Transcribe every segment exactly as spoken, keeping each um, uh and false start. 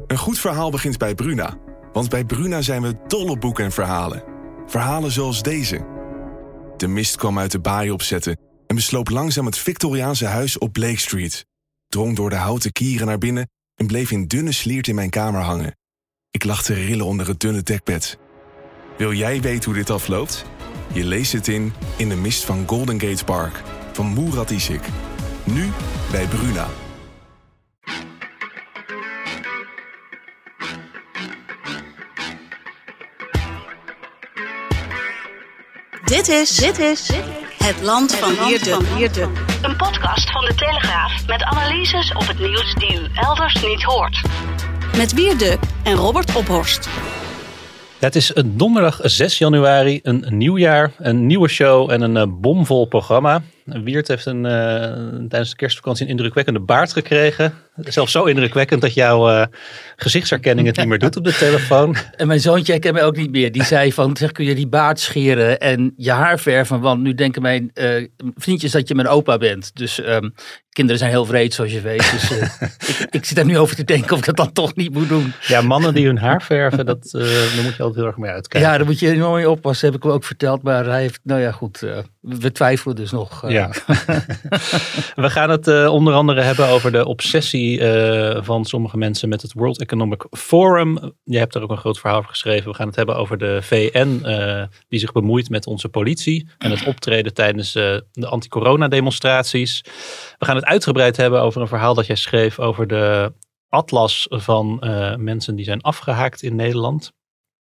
Een goed verhaal begint bij Bruna. Want bij Bruna zijn we dol op boeken en verhalen. Verhalen zoals deze. De mist kwam uit de baai opzetten en besloop langzaam het Victoriaanse huis op Blake Street. Drong door de houten kieren naar binnen en bleef in dunne sliert in mijn kamer hangen. Ik lag te rillen onder het dunne dekbed. Wil jij weten hoe dit afloopt? Je leest het in In de mist van Golden Gate Park van Murat Isik. Nu bij Bruna. Dit is, dit is Het Land van Wierduk. Een podcast van de Telegraaf met analyses op het nieuws die u elders niet hoort. Met Wierduk en Robert Ophorst. Het is een donderdag zes januari, een nieuw jaar, een nieuwe show en een uh, bomvol programma. Wiert heeft een, uh, tijdens de kerstvakantie een indrukwekkende baard gekregen. Zelfs zo indrukwekkend dat jouw uh, gezichtsherkenning het niet meer doet op de telefoon. En mijn zoontje herkent mij ook niet meer. Die zei van, zeg, kun je die baard scheren en je haar verven? Want nu denken mijn uh, vriendjes dat je mijn opa bent. Dus um, kinderen zijn heel vreed, zoals je weet. Dus uh, ik, ik zit er nu over te denken of ik dat dan toch niet moet doen. Ja, mannen die hun haar verven, dat, uh, daar moet je altijd heel erg mee uitkijken. Ja, daar moet je enorm mee oppassen, heb ik hem ook verteld. Maar hij heeft, nou ja, goed, uh, we twijfelen dus nog. Uh, ja. We gaan het uh, onder andere hebben over de obsessie uh, van sommige mensen met het World Economic Forum. Je hebt er ook een groot verhaal over geschreven. We gaan het hebben over de V N uh, die zich bemoeit met onze politie en het optreden tijdens uh, de anti-corona demonstraties. We gaan het uitgebreid hebben over een verhaal dat jij schreef over de atlas van uh, mensen die zijn afgehaakt in Nederland.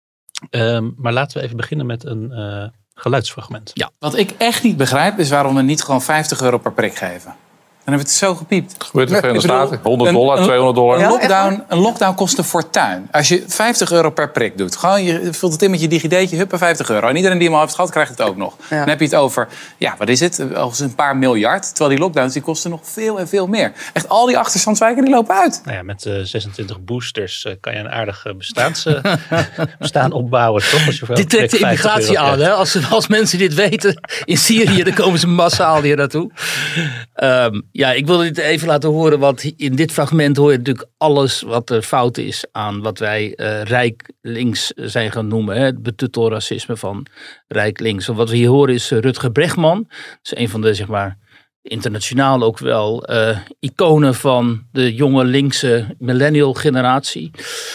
Um, maar laten we even beginnen met een uh, geluidsfragment. Ja. Wat ik echt niet begrijp is waarom we niet gewoon vijftig euro per prik geven. Dan hebben we het zo gepiept. Dat gebeurt in de Verenigde Staten. honderd dollar, tweehonderd dollar. Een lockdown, een lockdown kost een fortuin. Als je vijftig euro per prik doet. Gewoon, je vult het in met je DigiD'tje, huppa, vijftig euro. En iedereen die hem al heeft gehad, krijgt het ook nog. Ja. Dan heb je het over, ja, wat is het? Als een paar miljard. Terwijl die lockdowns, die kosten nog veel en veel meer. Echt, al die achterstandswijken, die lopen uit. Nou ja, met uh, zesentwintig boosters uh, kan je een aardig uh, bestaans, uh, bestaan opbouwen, toch? Als je dit trekt de immigratie aan, hè? Als, als mensen dit weten in Syrië, dan komen ze massaal hier naartoe. Um, ja, ik wilde dit even laten horen, want in dit fragment hoor je natuurlijk alles wat er fout is aan wat wij uh, rijk links zijn gaan noemen. Hè? Het betuttelracisme van rijk links. Wat we hier horen is uh, Rutger Bregman. Dat is een van de, zeg maar, internationaal ook wel uh, iconen van de jonge linkse millennial generatie.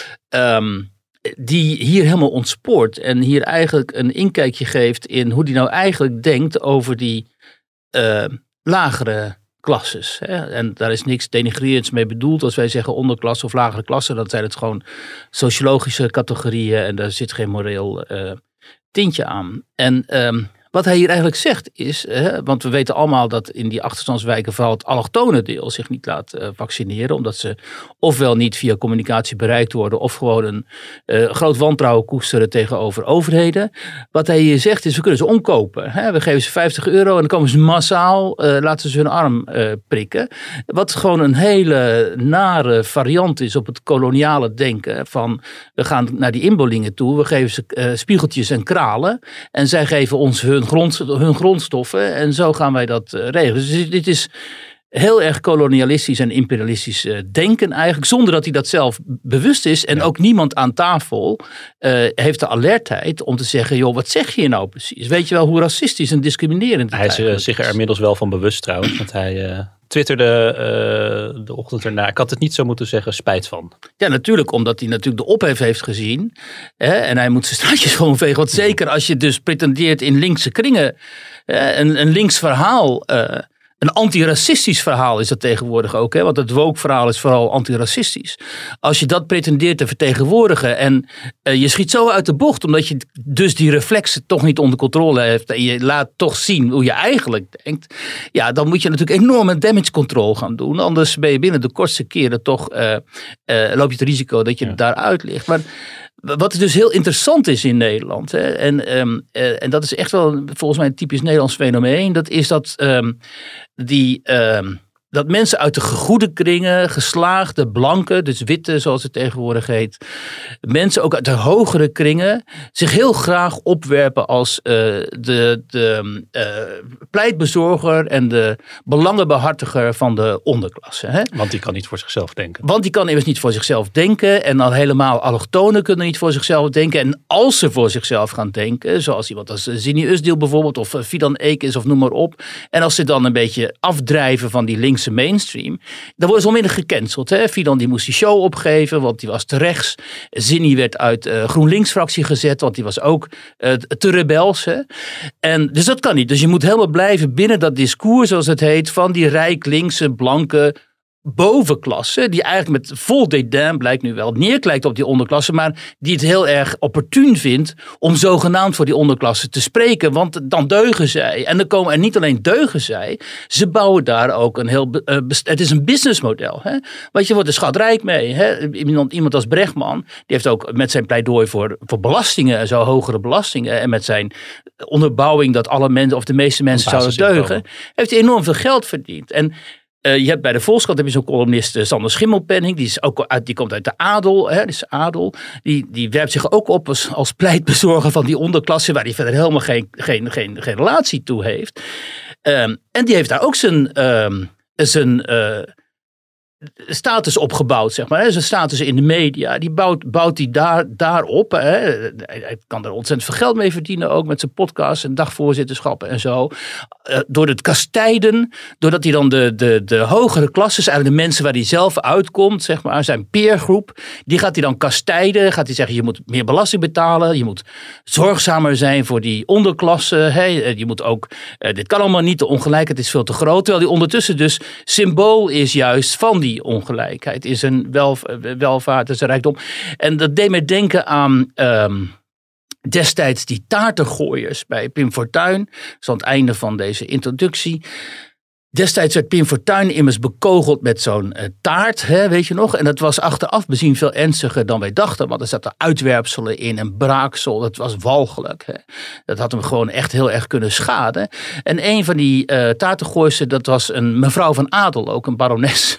Um, die hier helemaal ontspoort en hier eigenlijk een inkijkje geeft in hoe die nou eigenlijk denkt over die uh, lagere klasses. Hè? En daar is niks denigrerends mee bedoeld. Als wij zeggen onderklasse of lagere klasse, dan zijn het gewoon sociologische categorieën en daar zit geen moreel uh, tintje aan. En um, wat hij hier eigenlijk zegt is, hè, want we weten allemaal dat in die achterstandswijken vooral het allochtone deel zich niet laat uh, vaccineren, omdat ze ofwel niet via communicatie bereikt worden of gewoon een uh, groot wantrouwen koesteren tegenover overheden. Wat hij hier zegt is, we kunnen ze omkopen. Hè? We geven ze vijftig euro en dan komen ze massaal, uh, laten ze hun arm uh, prikken. Wat gewoon een hele nare variant is op het koloniale denken van, we gaan naar die inboelingen toe, we geven ze uh, spiegeltjes en kralen en zij geven ons hun Grond, hun grondstoffen en zo gaan wij dat uh, regelen. Dus dit is heel erg kolonialistisch en imperialistisch uh, denken eigenlijk, zonder dat hij dat zelf bewust is. En ja. Ook niemand aan tafel uh, heeft de alertheid om te zeggen, joh, wat zeg je hier nou precies? Weet je wel hoe racistisch en discriminerend het Hij is uh, zich er inmiddels wel van bewust trouwens, want hij uh, twitterde uh, de ochtend erna, ik had het niet zo moeten zeggen, spijt van. Ja, natuurlijk, omdat hij natuurlijk de ophef heeft gezien. Hè, en hij moet zijn straatjes schoonvegen. Want zeker als je dus pretendeert in linkse kringen uh, een, een links verhaal, uh, een antiracistisch verhaal is dat tegenwoordig ook. Hè, want het woke verhaal is vooral antiracistisch. Als je dat pretendeert te vertegenwoordigen en uh, je schiet zo uit de bocht, omdat je dus die reflexen toch niet onder controle hebt en je laat toch zien hoe je eigenlijk denkt. Ja, dan moet je natuurlijk enorme damage control gaan doen. Anders ben je binnen de kortste keren toch, uh, uh, loop je het risico dat je ja. daaruit ligt. Maar wat dus heel interessant is in Nederland, hè, en, um, uh, en dat is echt wel volgens mij een typisch Nederlands fenomeen, dat is dat um, die, um, dat mensen uit de gegoede kringen, geslaagde, blanke, dus witte zoals het tegenwoordig heet, mensen ook uit de hogere kringen zich heel graag opwerpen als uh, de, de uh, pleitbezorger en de belangenbehartiger van de onderklasse. Hè? Want die kan niet voor zichzelf denken. Want die kan immers niet voor zichzelf denken en al helemaal allochtonen kunnen niet voor zichzelf denken. En als ze voor zichzelf gaan denken, zoals iemand als Zini Usdil bijvoorbeeld of Fidan Ekis of noem maar op. En als ze dan een beetje afdrijven van die linkse mainstream, dan worden ze onmiddellijk gecanceld. Hè? Fidan die moest die show opgeven, want die was te rechts. Zini werd uit de uh, GroenLinks-fractie gezet, want die was ook uh, te rebels. Hè? En, dus dat kan niet. Dus je moet helemaal blijven binnen dat discours, zoals het heet, van die rijk, linkse, blanke bovenklasse, die eigenlijk met vol dédain, blijkt nu wel, neerkijkt op die onderklasse, maar die het heel erg opportun vindt om zogenaamd voor die onderklasse te spreken, want dan deugen zij. En dan komen er niet alleen deugen zij, ze bouwen daar ook een heel, uh, het is een businessmodel. Hè? Want je wordt er schatrijk mee. Hè? Iemand, iemand als Bregman, die heeft ook met zijn pleidooi voor, voor belastingen en zo hogere belastingen en met zijn onderbouwing dat alle mensen of de meeste mensen zouden deugen, heeft hij enorm veel geld verdiend. En Uh, je hebt bij de Volkskrant heb je zo'n columnist uh, Sander Schimmelpenninck, die, is ook uit, die komt uit de adel, hè, is adel. Die, die werpt zich ook op als, als pleitbezorger van die onderklasse, waar hij verder helemaal geen, geen, geen, geen relatie toe heeft. Um, en die heeft daar ook zijn, um, zijn uh, status opgebouwd, zeg maar. Hè. Zijn status in de media, die bouwt, bouwt hij daar, daarop. Hè. Hij, hij kan er ontzettend veel geld mee verdienen, ook met zijn podcast en dagvoorzitterschappen en zo. Uh, door het kastijden, doordat hij dan de, de, de hogere klasses, eigenlijk de mensen waar hij zelf uitkomt, zeg maar, zijn peergroep, die gaat hij dan kastijden. Gaat hij zeggen, je moet meer belasting betalen, je moet zorgzamer zijn voor die onderklasse. Hè. Je moet ook, uh, dit kan allemaal niet, de ongelijkheid is veel te groot. Terwijl hij ondertussen dus symbool is juist van die ongelijkheid, is een welv- welvaart, is een rijkdom. En dat deed mij denken aan Um, destijds die taartengooiers bij Pim Fortuyn. Dat is aan het einde van deze introductie. Destijds werd Pim Fortuyn immers bekogeld met zo'n uh, taart, hè, weet je nog. En dat was achteraf bezien veel ernstiger dan wij dachten. Want er zaten uitwerpselen in en braaksel. Dat was walgelijk. Hè. Dat had hem gewoon echt heel erg kunnen schaden. En een van die uh, taartengooiers, dat was een mevrouw van adel, ook een barones.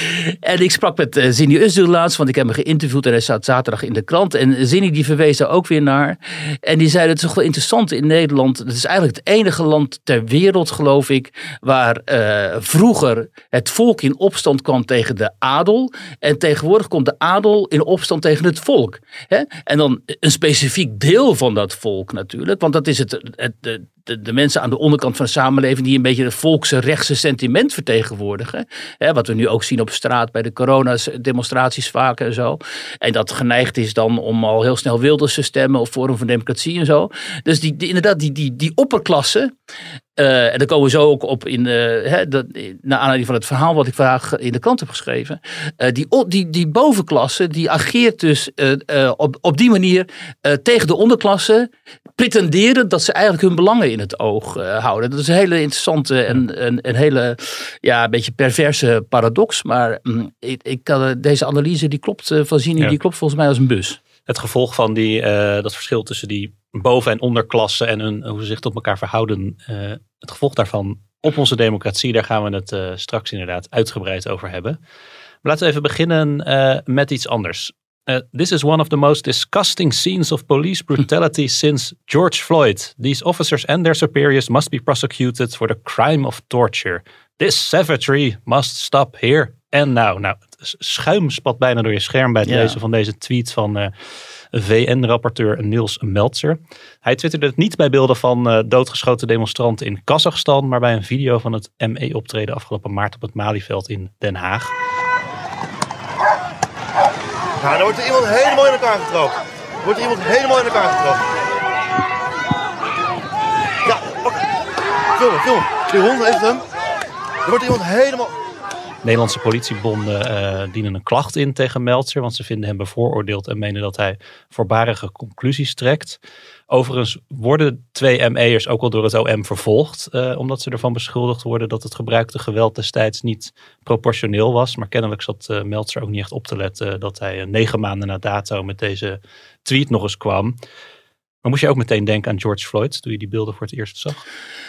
En ik sprak met uh, Zini Usdil laatst, want ik heb hem geïnterviewd en hij staat zaterdag in de krant. En Zini die verwees daar ook weer naar. En die zei, dat is toch wel interessant in Nederland. Het is eigenlijk het enige land ter wereld, geloof ik, waar uh, vroeger het volk in opstand kwam tegen de adel. En tegenwoordig komt de adel in opstand tegen het volk. Hè? En dan een specifiek deel van dat volk natuurlijk, want dat is het, het de, De, de mensen aan de onderkant van de samenleving die een beetje het volkse rechtse sentiment vertegenwoordigen. Hè, wat we nu ook zien op straat bij de coronademonstraties vaak en zo. En dat geneigd is dan om al heel snel Wilders te stemmen of Forum voor Democratie en zo. Dus die, die, inderdaad die, die, die opperklasse. Uh, en daar komen we zo ook op in, uh, hè, dat, naar aanleiding van het verhaal wat ik vandaag in de krant heb geschreven. Uh, die, die, die bovenklasse die ageert dus uh, uh, op, op die manier uh, tegen de onderklasse, pretenderen dat ze eigenlijk hun belangen in het oog uh, houden. Dat is een hele interessante en een, een hele ja, een beetje perverse paradox. Maar um, ik, ik kan, deze analyse die klopt uh, van Zini, ja. die klopt volgens mij als een bus. Het gevolg van die, uh, dat verschil tussen die boven- en onderklasse en hun, hoe ze zich tot elkaar verhouden. Uh, het gevolg daarvan op onze democratie, daar gaan we het uh, straks inderdaad uitgebreid over hebben. Maar laten we even beginnen uh, met iets anders. Uh, this is one of the most disgusting scenes of police brutality since George Floyd. These officers and their superiors must be prosecuted for the crime of torture. This savagery must stop here and now. Nou, het schuim spat bijna door je scherm bij het ja. lezen van deze tweet van uh, V N-rapporteur Niels Meltzer. Hij twitterde het niet bij beelden van uh, doodgeschoten demonstranten in Kazachstan, maar bij een video van het M E-optreden afgelopen maart op het Malieveld in Den Haag. Ja, dan wordt er iemand helemaal in elkaar getrokken. Er wordt er iemand helemaal in elkaar getrokken. Ja, pak. Film, film. Die hond heeft hem. Er wordt er iemand helemaal... Nederlandse politiebonden uh, dienen een klacht in tegen Meltzer, want ze vinden hem bevooroordeeld en menen dat hij voorbarige conclusies trekt. Overigens worden twee M E'ers ook al door het O M vervolgd, uh, omdat ze ervan beschuldigd worden dat het gebruikte geweld destijds niet proportioneel was. Maar kennelijk zat uh, Meltzer ook niet echt op te letten dat hij uh, negen maanden na dato met deze tweet nog eens kwam. Maar moest je ook meteen denken aan George Floyd toen je die beelden voor het eerst zag?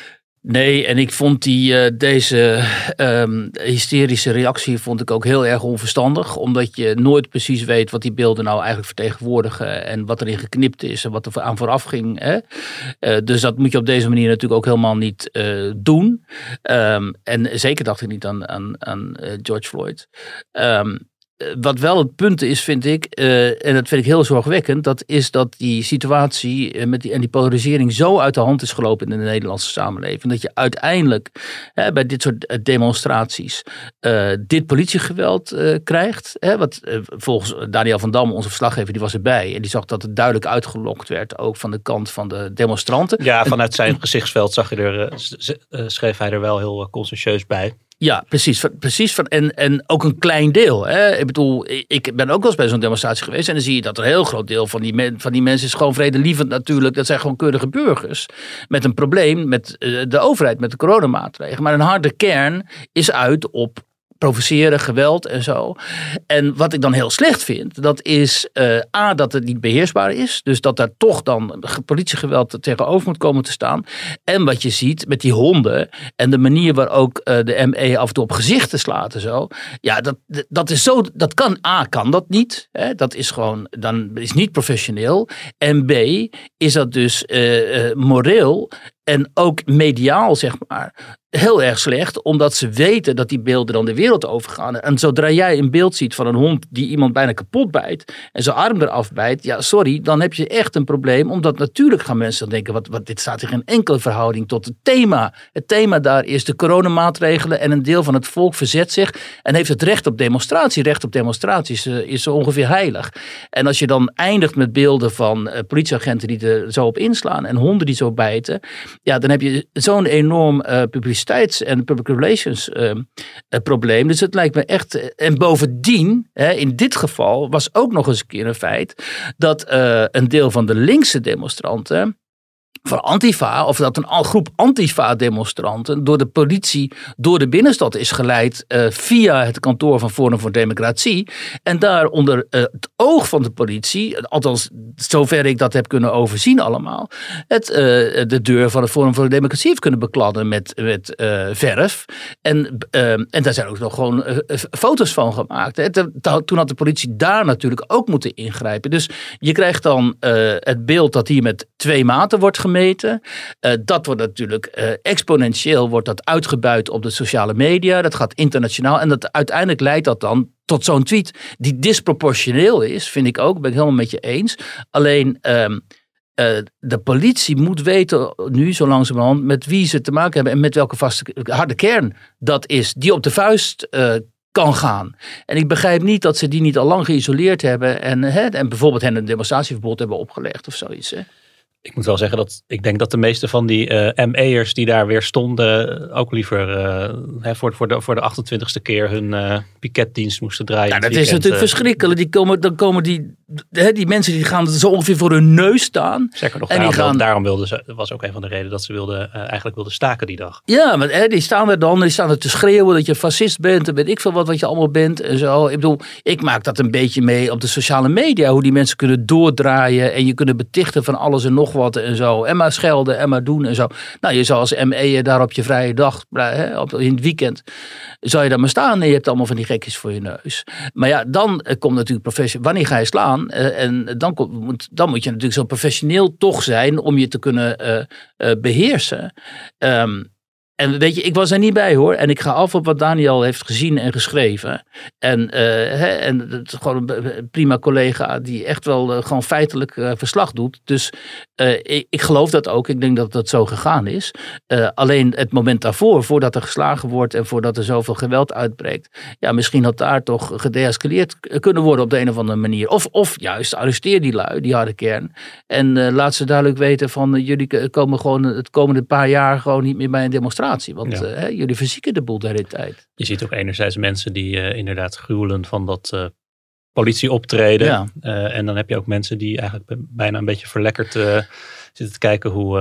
Nee, en ik vond die, uh, deze um, hysterische reactie vond ik ook heel erg onverstandig. Omdat je nooit precies weet wat die beelden nou eigenlijk vertegenwoordigen. En wat erin geknipt is en wat er aan vooraf ging. Hè? Uh, dus dat moet je op deze manier natuurlijk ook helemaal niet uh, doen. Um, en zeker dacht ik niet aan, aan, aan uh, George Floyd. Um, Wat wel het punt is, vind ik, uh, en dat vind ik heel zorgwekkend, dat is dat die situatie uh, met die, en die polarisering zo uit de hand is gelopen in de Nederlandse samenleving. Dat je uiteindelijk uh, bij dit soort uh, demonstraties uh, dit politiegeweld uh, krijgt. Hè, wat uh, volgens Daniel van Dam, onze verslaggever, die was erbij. En die zag dat het duidelijk uitgelokt werd, ook van de kant van de demonstranten. Ja, vanuit zijn gezichtsveld zag je er, uh, schreef hij er wel heel uh, conscientieus bij. Ja, precies. precies van, en, en ook een klein deel. Hè. Ik bedoel, ik ben ook wel eens bij zo'n demonstratie geweest. En dan zie je dat een heel groot deel van die, men, van die mensen is gewoon vredelievend natuurlijk. Dat zijn gewoon keurige burgers. Met een probleem met uh, de overheid, met de coronamaatregelen. Maar een harde kern is uit op provoceren, geweld en zo. En wat ik dan heel slecht vind, dat is uh, A, dat het niet beheersbaar is. Dus dat daar toch dan politiegeweld tegenover moet komen te staan. En wat je ziet met die honden en de manier waar ook uh, de M E af en toe op gezichten slaat en zo. Ja, dat, dat is zo, dat kan, A, kan dat niet. Hè? Dat is gewoon, dan is niet professioneel. En B, is dat dus uh, uh, moreel en ook mediaal, zeg maar, heel erg slecht, omdat ze weten dat die beelden dan de wereld overgaan. En zodra jij een beeld ziet van een hond die iemand bijna kapot bijt en zijn arm eraf bijt, ja, sorry, dan heb je echt een probleem, omdat natuurlijk gaan mensen dan denken, wat, wat, dit staat in geen enkele verhouding tot het thema. Het thema daar is de coronamaatregelen en een deel van het volk verzet zich en heeft het recht op demonstratie. Recht op demonstratie is, is zo ongeveer heilig. En als je dan eindigt met beelden van uh, politieagenten die er zo op inslaan en honden die zo bijten, ja, dan heb je zo'n enorm uh, publiciteits- en public relations uh, uh, probleem. Dus het lijkt me echt... Uh, en bovendien, hè, in dit geval was ook nog eens een keer een feit dat uh, een deel van de linkse demonstranten van Antifa, of dat een groep Antifa-demonstranten door de politie door de binnenstad is geleid uh, via het kantoor van Forum voor Democratie. En daar onder uh, het oog van de politie, althans zover ik dat heb kunnen overzien allemaal, het, uh, de deur van het Forum voor Democratie heeft kunnen bekladden met, met uh, verf. En, uh, en daar zijn ook nog gewoon uh, foto's van gemaakt. Hè. Toen had de politie daar natuurlijk ook moeten ingrijpen. Dus je krijgt dan uh, het beeld dat hier met twee maten wordt gemeten. Uh, dat wordt natuurlijk uh, exponentieel wordt dat uitgebuit op de sociale media. Dat gaat internationaal. En dat, uiteindelijk leidt dat dan tot zo'n tweet die disproportioneel is, vind ik ook. Ben ik helemaal met je eens. Alleen um, uh, de politie moet weten nu zo langzamerhand met wie ze te maken hebben en met welke vaste harde kern dat is. Die op de vuist uh, kan gaan. En ik begrijp niet dat ze die niet al lang geïsoleerd hebben en, hè, en bijvoorbeeld hen een demonstratieverbod hebben opgelegd of zoiets. Hè. Ik moet wel zeggen dat ik denk dat de meeste van die uh, M E'ers die daar weer stonden ook liever uh, hè, voor, voor, de, voor de achtentwintigste keer hun uh, piketdienst moesten draaien. Ja, dat weekend, is natuurlijk uh, verschrikkelijk. Die komen, dan komen die, hè, die mensen die gaan zo ongeveer voor hun neus staan. Zeker nog, en daarom, die gaan, wilde, daarom wilden ze, was ook een van de redenen dat ze wilden, uh, eigenlijk wilden staken die dag. Ja, maar hè, die staan er dan, die staan er te schreeuwen dat je fascist bent en weet ik veel wat, wat je allemaal bent en zo. Ik bedoel, ik maak dat een beetje mee op de sociale media, hoe die mensen kunnen doordraaien en je kunnen betichten van alles en nog wat en zo. En maar schelden en maar doen en zo. Nou, je zou als M E daar op je vrije dag, hè, op, in het weekend, zou je daar maar staan en je hebt allemaal van die gekjes voor je neus. Maar ja, dan komt natuurlijk professioneel. Wanneer ga je slaan? Uh, en dan, komt, dan moet je natuurlijk zo professioneel toch zijn om je te kunnen uh, uh, beheersen. Um, En weet je, ik was er niet bij hoor. En ik ga af op wat Daniel heeft gezien en geschreven. En, uh, hè, en het is gewoon een prima collega die echt wel uh, gewoon feitelijk uh, verslag doet. Dus uh, ik, ik geloof dat ook. Ik denk dat dat zo gegaan is. Uh, alleen het moment daarvoor, voordat er geslagen wordt en voordat er zoveel geweld uitbreekt. Ja, misschien had daar toch gedeescaleerd kunnen worden op de een of andere manier. Of, of juist arresteer die lui, die harde kern. En uh, laat ze duidelijk weten van uh, jullie komen gewoon het komende paar jaar gewoon niet meer bij een demonstratie. Want ja. uh, jullie verzieken de boel de hele tijd. Je ziet ook enerzijds mensen die uh, inderdaad gruwelen van dat uh, politie optreden. Ja. Uh, en dan heb je ook mensen die eigenlijk bijna een beetje verlekkerd uh, zitten te kijken hoe uh,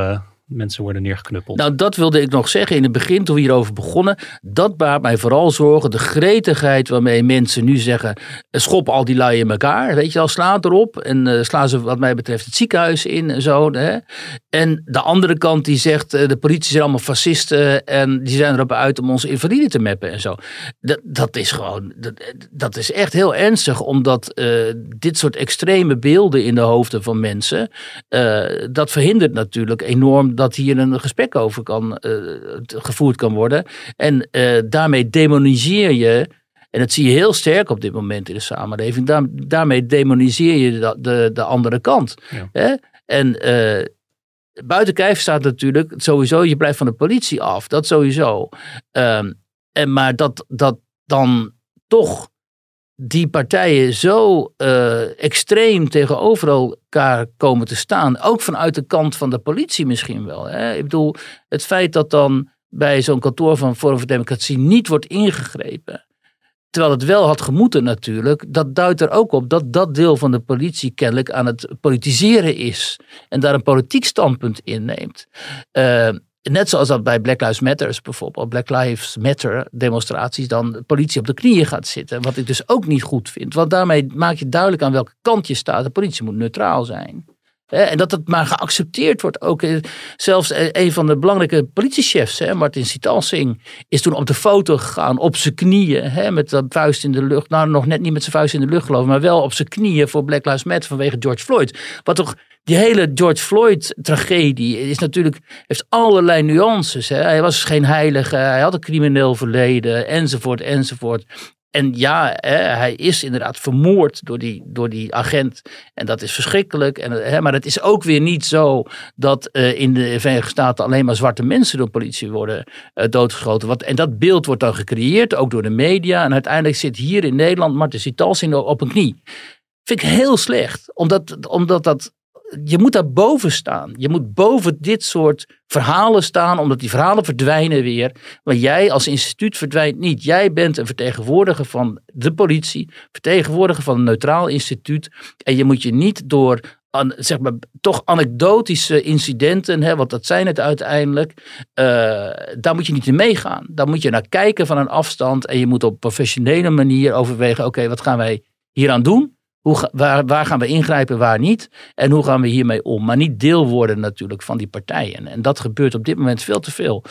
mensen worden neergeknuppeld. Nou, dat wilde ik nog zeggen in het begin toen we hierover begonnen. Dat baart mij vooral zorgen. De gretigheid waarmee mensen nu zeggen, schop al die lui in elkaar. Weet je al, sla erop. En uh, sla ze wat mij betreft het ziekenhuis in en zo. Hè. En de andere kant die zegt, uh, de politie zijn allemaal fascisten. En die zijn erop uit om onze invaliden te mappen en zo. Dat, dat is gewoon, dat, dat is echt heel ernstig. Omdat uh, dit soort extreme beelden in de hoofden van mensen. Uh, dat verhindert natuurlijk enorm dat hier een gesprek over kan, uh, gevoerd kan worden. En uh, daarmee demoniseer je, en dat zie je heel sterk op dit moment in de samenleving, daar, daarmee demoniseer je de, de, de andere kant. Ja. Hè? En uh, buiten kijf staat natuurlijk sowieso, je blijft van de politie af. Dat sowieso. Um, en, maar dat, dat dan toch die partijen zo uh, extreem tegenover elkaar komen te staan. Ook vanuit de kant van de politie misschien wel. Hè? Ik bedoel, het feit dat dan bij zo'n kantoor van Forum voor Democratie niet wordt ingegrepen. Terwijl het wel had gemoeten natuurlijk. Dat duidt er ook op dat dat deel van de politie kennelijk aan het politiseren is. En daar een politiek standpunt inneemt. Uh, Net zoals dat bij Black Lives Matter bijvoorbeeld, Black Lives Matter demonstraties, dan de politie op de knieën gaat zitten. Wat ik dus ook niet goed vind. Want daarmee maak je duidelijk aan welke kant je staat. De politie moet neutraal zijn. En dat het maar geaccepteerd wordt. Ook zelfs een van de belangrijke politiechefs, Martin Sitalsing, is toen op de foto gegaan op zijn knieën. Met de vuist in de lucht. Nou, nog net niet met zijn vuist in de lucht geloof ik. Maar wel op zijn knieën voor Black Lives Matter vanwege George Floyd. Wat toch, die hele George Floyd tragedie is natuurlijk, heeft allerlei nuances. Hè? Hij was geen heilige. Hij had een crimineel verleden. Enzovoort, enzovoort. En ja, hè, hij is inderdaad vermoord door die, door die agent. En dat is verschrikkelijk. En, hè, maar het is ook weer niet zo dat uh, in de Verenigde Staten alleen maar zwarte mensen door de politie worden uh, doodgeschoten. Wat, en dat beeld wordt dan gecreëerd, ook door de media. En uiteindelijk zit hier in Nederland Martin Sitalsing op een knie. Vind ik heel slecht. Omdat, omdat dat... Je moet daar boven staan. Je moet boven dit soort verhalen staan, omdat die verhalen verdwijnen weer. Maar jij als instituut verdwijnt niet. Jij bent een vertegenwoordiger van de politie, vertegenwoordiger van een neutraal instituut. En je moet je niet door, an, zeg maar, toch anekdotische incidenten, hè, want dat zijn het uiteindelijk, uh, daar moet je niet in meegaan. Daar moet je naar kijken van een afstand en je moet op professionele manier overwegen, oké, okay, wat gaan wij hieraan doen? Hoe, waar, waar gaan we ingrijpen, waar niet? En hoe gaan we hiermee om? Maar niet deel worden natuurlijk van die partijen. En dat gebeurt op dit moment veel te veel.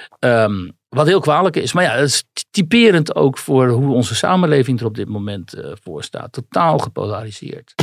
Um, wat heel kwalijk is. Maar ja, het is typerend ook voor hoe onze samenleving er op dit moment uh, voor staat. Totaal gepolariseerd.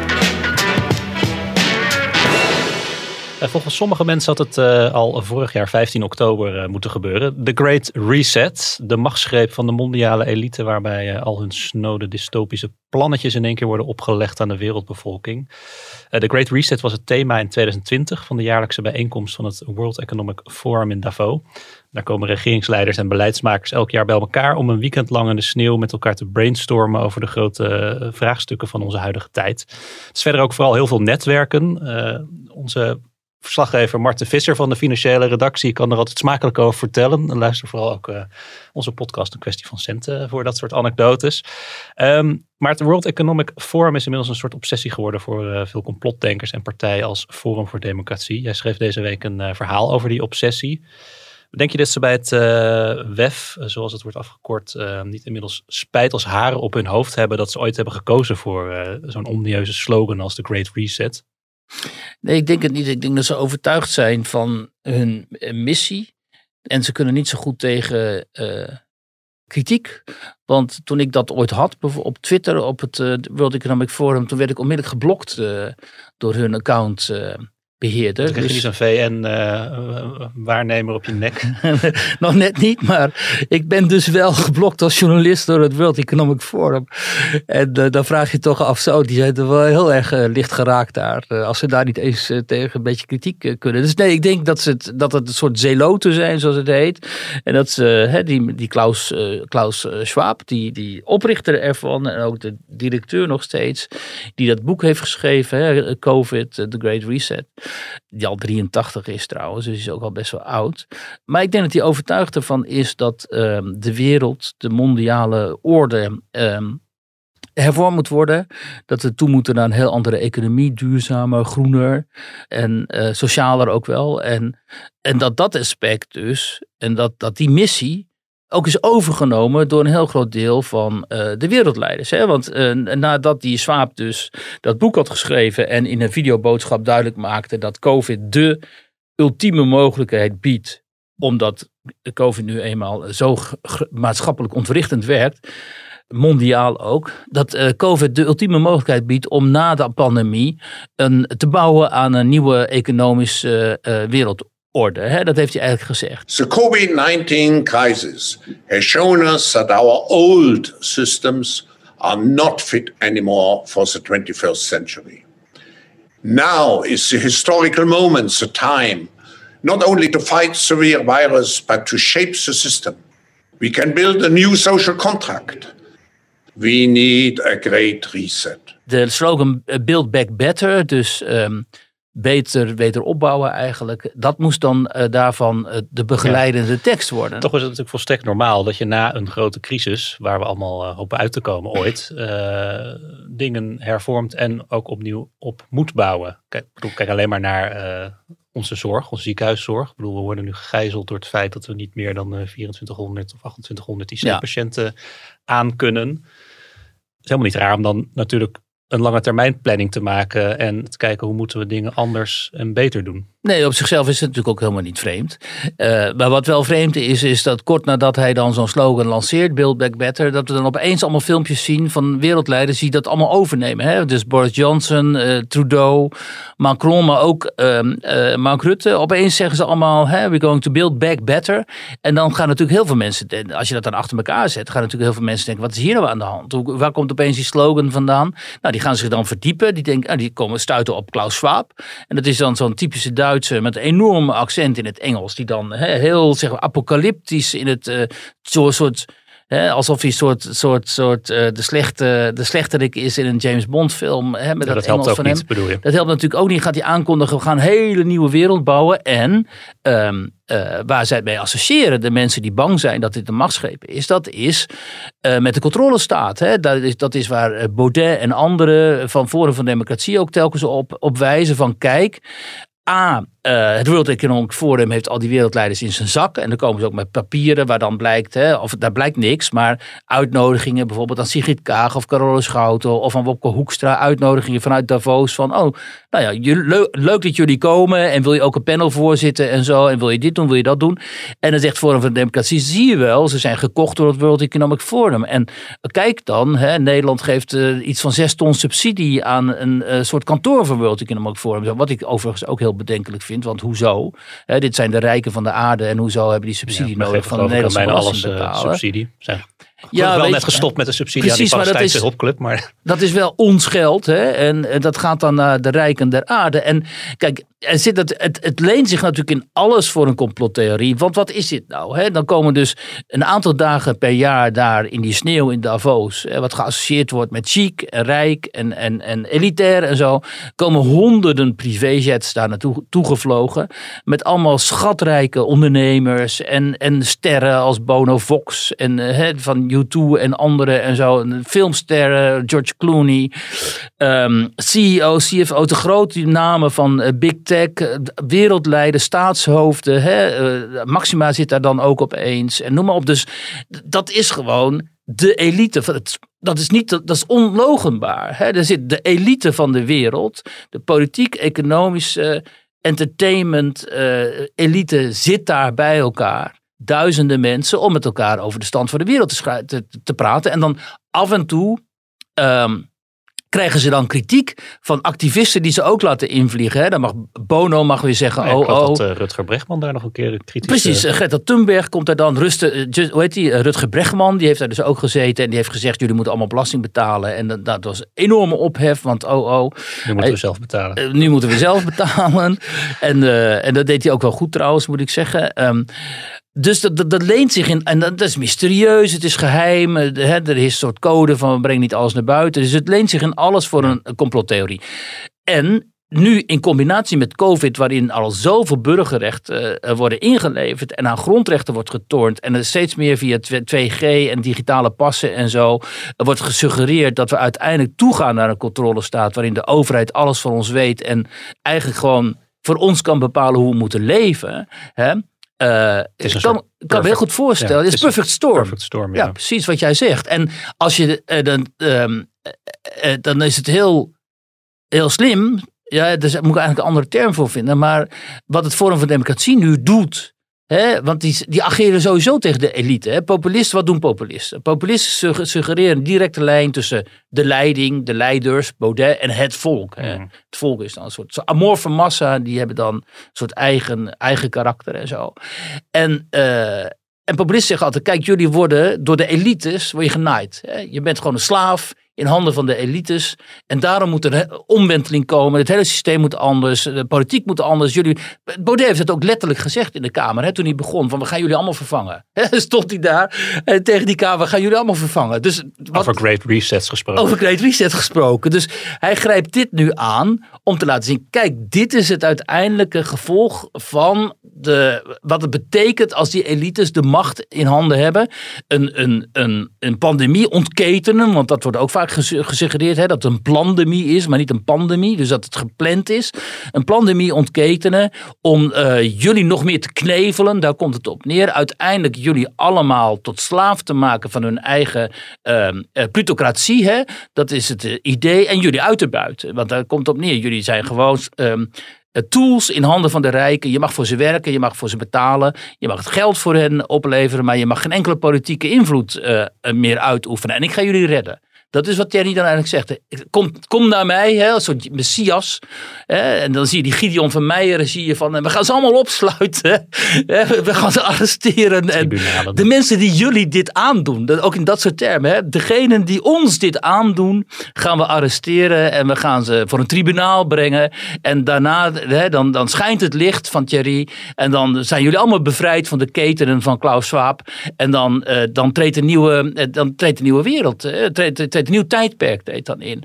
Volgens sommige mensen had het uh, al vorig jaar vijftien oktober uh, moeten gebeuren. The Great Reset, de machtsgreep van de mondiale elite, waarbij uh, al hun snode dystopische plannetjes in één keer worden opgelegd aan de wereldbevolking. Uh, The Great Reset was het thema in twintig twintig van de jaarlijkse bijeenkomst van het World Economic Forum in Davos. Daar komen regeringsleiders en beleidsmakers elk jaar bij elkaar om een weekend lang in de sneeuw met elkaar te brainstormen over de grote uh, vraagstukken van onze huidige tijd. Het is verder ook vooral heel veel netwerken. Uh, onze verslaggever Marten Visser van de financiële redactie kan er altijd smakelijk over vertellen. En luister vooral ook uh, onze podcast Een Kwestie van Centen voor dat soort anekdotes. Um, maar het World Economic Forum is inmiddels een soort obsessie geworden voor uh, veel complotdenkers en partijen als Forum voor Democratie. Jij schreef deze week een uh, verhaal over die obsessie. Denk je dat ze bij het uh, W E F, zoals het wordt afgekort, uh, niet inmiddels spijt als haren op hun hoofd hebben dat ze ooit hebben gekozen voor uh, zo'n omineuze slogan als The Great Reset? Nee, ik denk het niet. Ik denk dat ze overtuigd zijn van hun missie. En ze kunnen niet zo goed tegen uh, kritiek. Want toen ik dat ooit had op Twitter, op het uh, World Economic Forum, toen werd ik onmiddellijk geblokt uh, door hun account uh, beheerder. Dan krijg je dus niet zo'n V N-waarnemer uh, op je nek. Nog net niet, maar ik ben dus wel geblokt als journalist door het World Economic Forum. En uh, dan vraag je toch af, zo, die zijn er wel heel erg uh, licht geraakt daar. Uh, als ze daar niet eens uh, tegen een beetje kritiek uh, kunnen. Dus nee, ik denk dat, ze het, dat het een soort zeloten zijn, zoals het heet. En dat ze, hè, die, die Klaus, uh, Klaus uh, Schwab, die, die oprichter ervan en ook de directeur nog steeds, die dat boek heeft geschreven, hè, COVID, uh, The Great Reset. Die al drieëntachtig is trouwens, dus is ook al best wel oud. Maar ik denk dat hij overtuigd ervan is dat um, de wereld, de mondiale orde, um, hervormd moet worden. Dat we toe moeten naar een heel andere economie, duurzamer, groener en uh, socialer ook wel. En, en dat dat aspect dus, en dat, dat die missie ook is overgenomen door een heel groot deel van uh, de wereldleiders. Hè? Want uh, nadat die Schwab dus dat boek had geschreven en in een videoboodschap duidelijk maakte dat COVID de ultieme mogelijkheid biedt, omdat COVID nu eenmaal zo g- g- maatschappelijk ontwrichtend werkt, mondiaal ook, dat uh, COVID de ultieme mogelijkheid biedt om na de pandemie een, te bouwen aan een nieuwe economische uh, uh, wereldorde. Hè? Dat heeft hij eigenlijk gezegd. The COVID nineteen crisis has shown us that our old systems are not fit anymore for the twenty-first century. Now is the historical moment, the time, not only to fight severe virus, but to shape the system. We can build a new social contract. We need a great reset. De slogan Build Back Better, dus um, beter, beter opbouwen eigenlijk. Dat moest dan uh, daarvan uh, de begeleidende ja. tekst worden. Toch is het natuurlijk volstrekt normaal dat je na een grote crisis, waar we allemaal uh, hopen uit te komen ooit, uh, dingen hervormt en ook opnieuw op moet bouwen. Kijk, bedoel, kijk alleen maar naar uh, onze zorg, onze ziekenhuiszorg. Ik bedoel, we worden nu gegijzeld door het feit dat we niet meer dan uh, vierentwintighonderd of achtentwintighonderd I C-patiënten ja. aan kunnen. Het is helemaal niet raar om dan natuurlijk een lange termijn planning te maken en te kijken hoe moeten we dingen anders en beter doen. Nee, op zichzelf is het natuurlijk ook helemaal niet vreemd. Uh, maar wat wel vreemd is, is dat kort nadat hij dan zo'n slogan lanceert, Build Back Better, dat we dan opeens allemaal filmpjes zien van wereldleiders die dat allemaal overnemen. Hè? Dus Boris Johnson, uh, Trudeau, Macron, maar ook uh, uh, Mark Rutte. Opeens zeggen ze allemaal, hè, we're going to build back better. En dan gaan natuurlijk heel veel mensen, als je dat dan achter elkaar zet, gaan natuurlijk heel veel mensen denken, wat is hier nou aan de hand? Hoe, waar komt opeens die slogan vandaan? Nou, die gaan zich dan verdiepen. Die denken, ah, die komen stuiten op Klaus Schwab. En dat is dan zo'n typische Duitse met een enorm accent in het Engels, die dan he, heel zeg maar, apocalyptisch in het uh, soort, soort he, alsof hij soort, soort, soort uh, de, slechte, de slechterik is in een James Bond film. He, met ja, dat dat Engels helpt ook van niet, hem. bedoel je? Dat helpt natuurlijk ook niet. Gaat hij aankondigen, we gaan een hele nieuwe wereld bouwen. En um, uh, waar zij het mee associëren, de mensen die bang zijn dat dit een machtsgreep is, dat is uh, met de controlestaat. Hè. Dat, is, dat is waar Baudet en anderen van Forum van Democratie ook telkens op, op wijzen van kijk, A, uh, het World Economic Forum heeft al die wereldleiders in zijn zak. En dan komen ze ook met papieren waar dan blijkt, hè, of daar blijkt niks, maar uitnodigingen bijvoorbeeld aan Sigrid Kaag of Carola Schouten of aan Wopke Hoekstra. Uitnodigingen vanuit Davos van, oh, nou ja, je, le- leuk dat jullie komen en wil je ook een panel voorzitten en zo. En wil je dit doen, wil je dat doen. En dan zegt Forum van Democratie, zie je wel, ze zijn gekocht door het World Economic Forum. En kijk dan, hè, Nederland geeft uh, iets van zes ton subsidie aan een uh, soort kantoor van World Economic Forum. Wat ik overigens ook heel bedenkelijk vind. Want hoezo? Hè, dit zijn de rijken van de aarde. En hoezo hebben die subsidie ja, nodig van de Nederlandse belastingbetaler? Uh, subsidie. Zijn ja, wel net gestopt met de subsidie precies, aan die Palestijnse hulpclub. Maar dat is wel ons geld. Hè? En, en dat gaat dan naar de rijken der aarde. En kijk, er zit het, het, het leent zich natuurlijk in alles voor een complottheorie. Want wat is dit nou? Hè? Dan komen dus een aantal dagen per jaar daar in die sneeuw in Davos. Hè, wat geassocieerd wordt met chic en rijk en, en, en elitair en zo. Komen honderden privéjets daar naartoe toegevlogen. Met allemaal schatrijke ondernemers en, en sterren als Bono Vox en hè, van U twee en anderen en zo. Filmsterren, George Clooney, um, C E O, C F O, de grote namen van uh, Big Tech, wereldleiders, staatshoofden. Hè? Uh, Maxima zit daar dan ook opeens. En noem maar op. Dus dat is gewoon de elite. Van het, dat is niet, dat is onlogenbaar. Hè? Er zit de elite van de wereld, de politiek, economische, entertainment, uh, elite zit daar bij elkaar. Duizenden mensen om met elkaar over de stand van de wereld te, schra- te, te praten. En dan af en toe um, krijgen ze dan kritiek van activisten die ze ook laten invliegen. Hè. Dan mag Bono mag weer zeggen, nee, oh, oh. dat uh, Rutger Bregman daar nog een keer kritisch... Precies, uh, Greta Thunberg komt daar dan. Ruste, uh, hoe heet die? Uh, Rutger Bregman, die heeft daar dus ook gezeten. En die heeft gezegd, jullie moeten allemaal belasting betalen. En dat, dat was een enorme ophef, want oh, oh. Nu moeten we zelf betalen. Uh, nu moeten we zelf betalen. en, uh, en dat deed hij ook wel goed trouwens, moet ik zeggen. Um, Dus dat, dat, dat leent zich in, en dat, dat is mysterieus, het is geheim, hè, er is een soort code van we brengen niet alles naar buiten. Dus het leent zich in alles voor een, een complottheorie. En nu in combinatie met COVID, waarin al zoveel burgerrechten uh, worden ingeleverd en aan grondrechten wordt getornd en er steeds meer via twee G en digitale passen en zo uh, wordt gesuggereerd dat we uiteindelijk toegaan naar een controlestaat waarin de overheid alles van ons weet en eigenlijk gewoon voor ons kan bepalen hoe we moeten leven. Hè? Uh, ik kan, kan perfect, me heel goed voorstellen. Ja, het is een perfect storm. Perfect storm, ja. Ja, precies wat jij zegt. En als je uh, dan, um, uh, uh, dan is het heel, heel slim. Ja, daar moet ik eigenlijk een andere term voor vinden. Maar wat het Forum voor Democratie nu doet. Hè, want die, die ageren sowieso tegen de elite. Hè. Populisten, wat doen populisten? Populisten suggereren een directe lijn tussen de leiding, de leiders, Baudet en het volk. Hè. Mm. Het volk is dan een soort, soort amorfe massa. Die hebben dan een soort eigen, eigen karakter en zo. En, uh, en populisten zeggen altijd, kijk, jullie worden door de elites word je genaaid. Hè. Je bent gewoon een slaaf in handen van de elites. En daarom moet er een omwenteling komen. Het hele systeem moet anders. De politiek moet anders. Jullie, Baudet heeft het ook letterlijk gezegd in de Kamer. Hè, toen hij begon. Van we gaan jullie allemaal vervangen. Hè, stond hij daar en tegen die Kamer. We gaan jullie allemaal vervangen. Dus wat, over Great Resets gesproken. Over Great Reset gesproken. Dus hij grijpt dit nu aan. Om te laten zien. Kijk, dit is het uiteindelijke gevolg van de, wat het betekent als die elites de macht in handen hebben. Een, een, een, een pandemie ontketenen. Want dat wordt ook vaak gesuggereerd, hè, dat het een plandemie is, maar niet een pandemie. Dus dat het gepland is. Een plandemie ontketenen om uh, jullie nog meer te knevelen. Daar komt het op neer. Uiteindelijk jullie allemaal tot slaaf te maken van hun eigen uh, uh, plutocratie. Hè. Dat is het uh, idee. En jullie uit te buiten. Want daar komt het op neer. Jullie zijn gewoon Um, tools in handen van de rijken. Je mag voor ze werken, je mag voor ze betalen. Je mag het geld voor hen opleveren, maar je mag geen enkele politieke invloed uh, meer uitoefenen. En ik ga jullie redden. Dat is wat Thierry dan eigenlijk zegt. Kom, kom naar mij, hè, als soort messias. Hè, en dan zie je die Gideon van Meijeren. Zie je van, en we gaan ze allemaal opsluiten. Hè, we gaan ze arresteren. En de mensen die jullie dit aandoen. Dat, ook in dat soort termen. Hè, degenen die ons dit aandoen. Gaan we arresteren. En we gaan ze voor een tribunaal brengen. En daarna hè, dan, dan schijnt het licht van Thierry. En dan zijn jullie allemaal bevrijd van de ketenen van Klaus Schwab. En dan, uh, dan treedt een nieuwe, dan treedt een nieuwe wereld. Hè, treedt, treedt een nieuw tijdperk treedt dan in.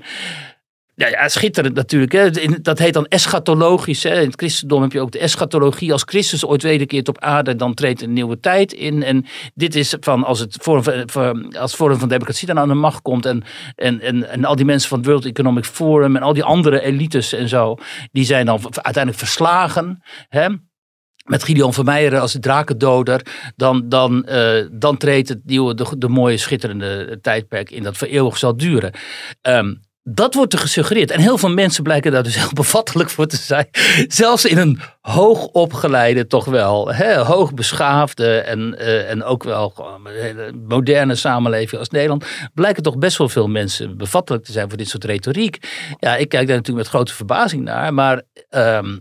Ja, ja, schitterend natuurlijk. Hè. Dat heet dan eschatologisch. Hè. In het christendom heb je ook de eschatologie. Als Christus ooit wederkeert op aarde, dan treedt een nieuwe tijd in. En dit is van als het Forum van, als Forum van Democratie dan aan de macht komt. En, en, en, en al die mensen van het World Economic Forum en al die andere elites en zo. Die zijn dan uiteindelijk verslagen. Hè. Met Gideon van Meijeren als de drakendoder, dan, dan, uh, dan treedt het nieuwe, de, de mooie, schitterende tijdperk in dat voor eeuwig zal duren. Um, dat wordt er gesuggereerd. En heel veel mensen blijken daar dus heel bevattelijk voor te zijn. Zelfs in een hoogopgeleide, toch wel, hè, hoogbeschaafde en, uh, en ook wel gewoon een moderne samenleving als Nederland, blijken toch best wel veel mensen bevattelijk te zijn voor dit soort retoriek. Ja, ik kijk daar natuurlijk met grote verbazing naar, maar Um,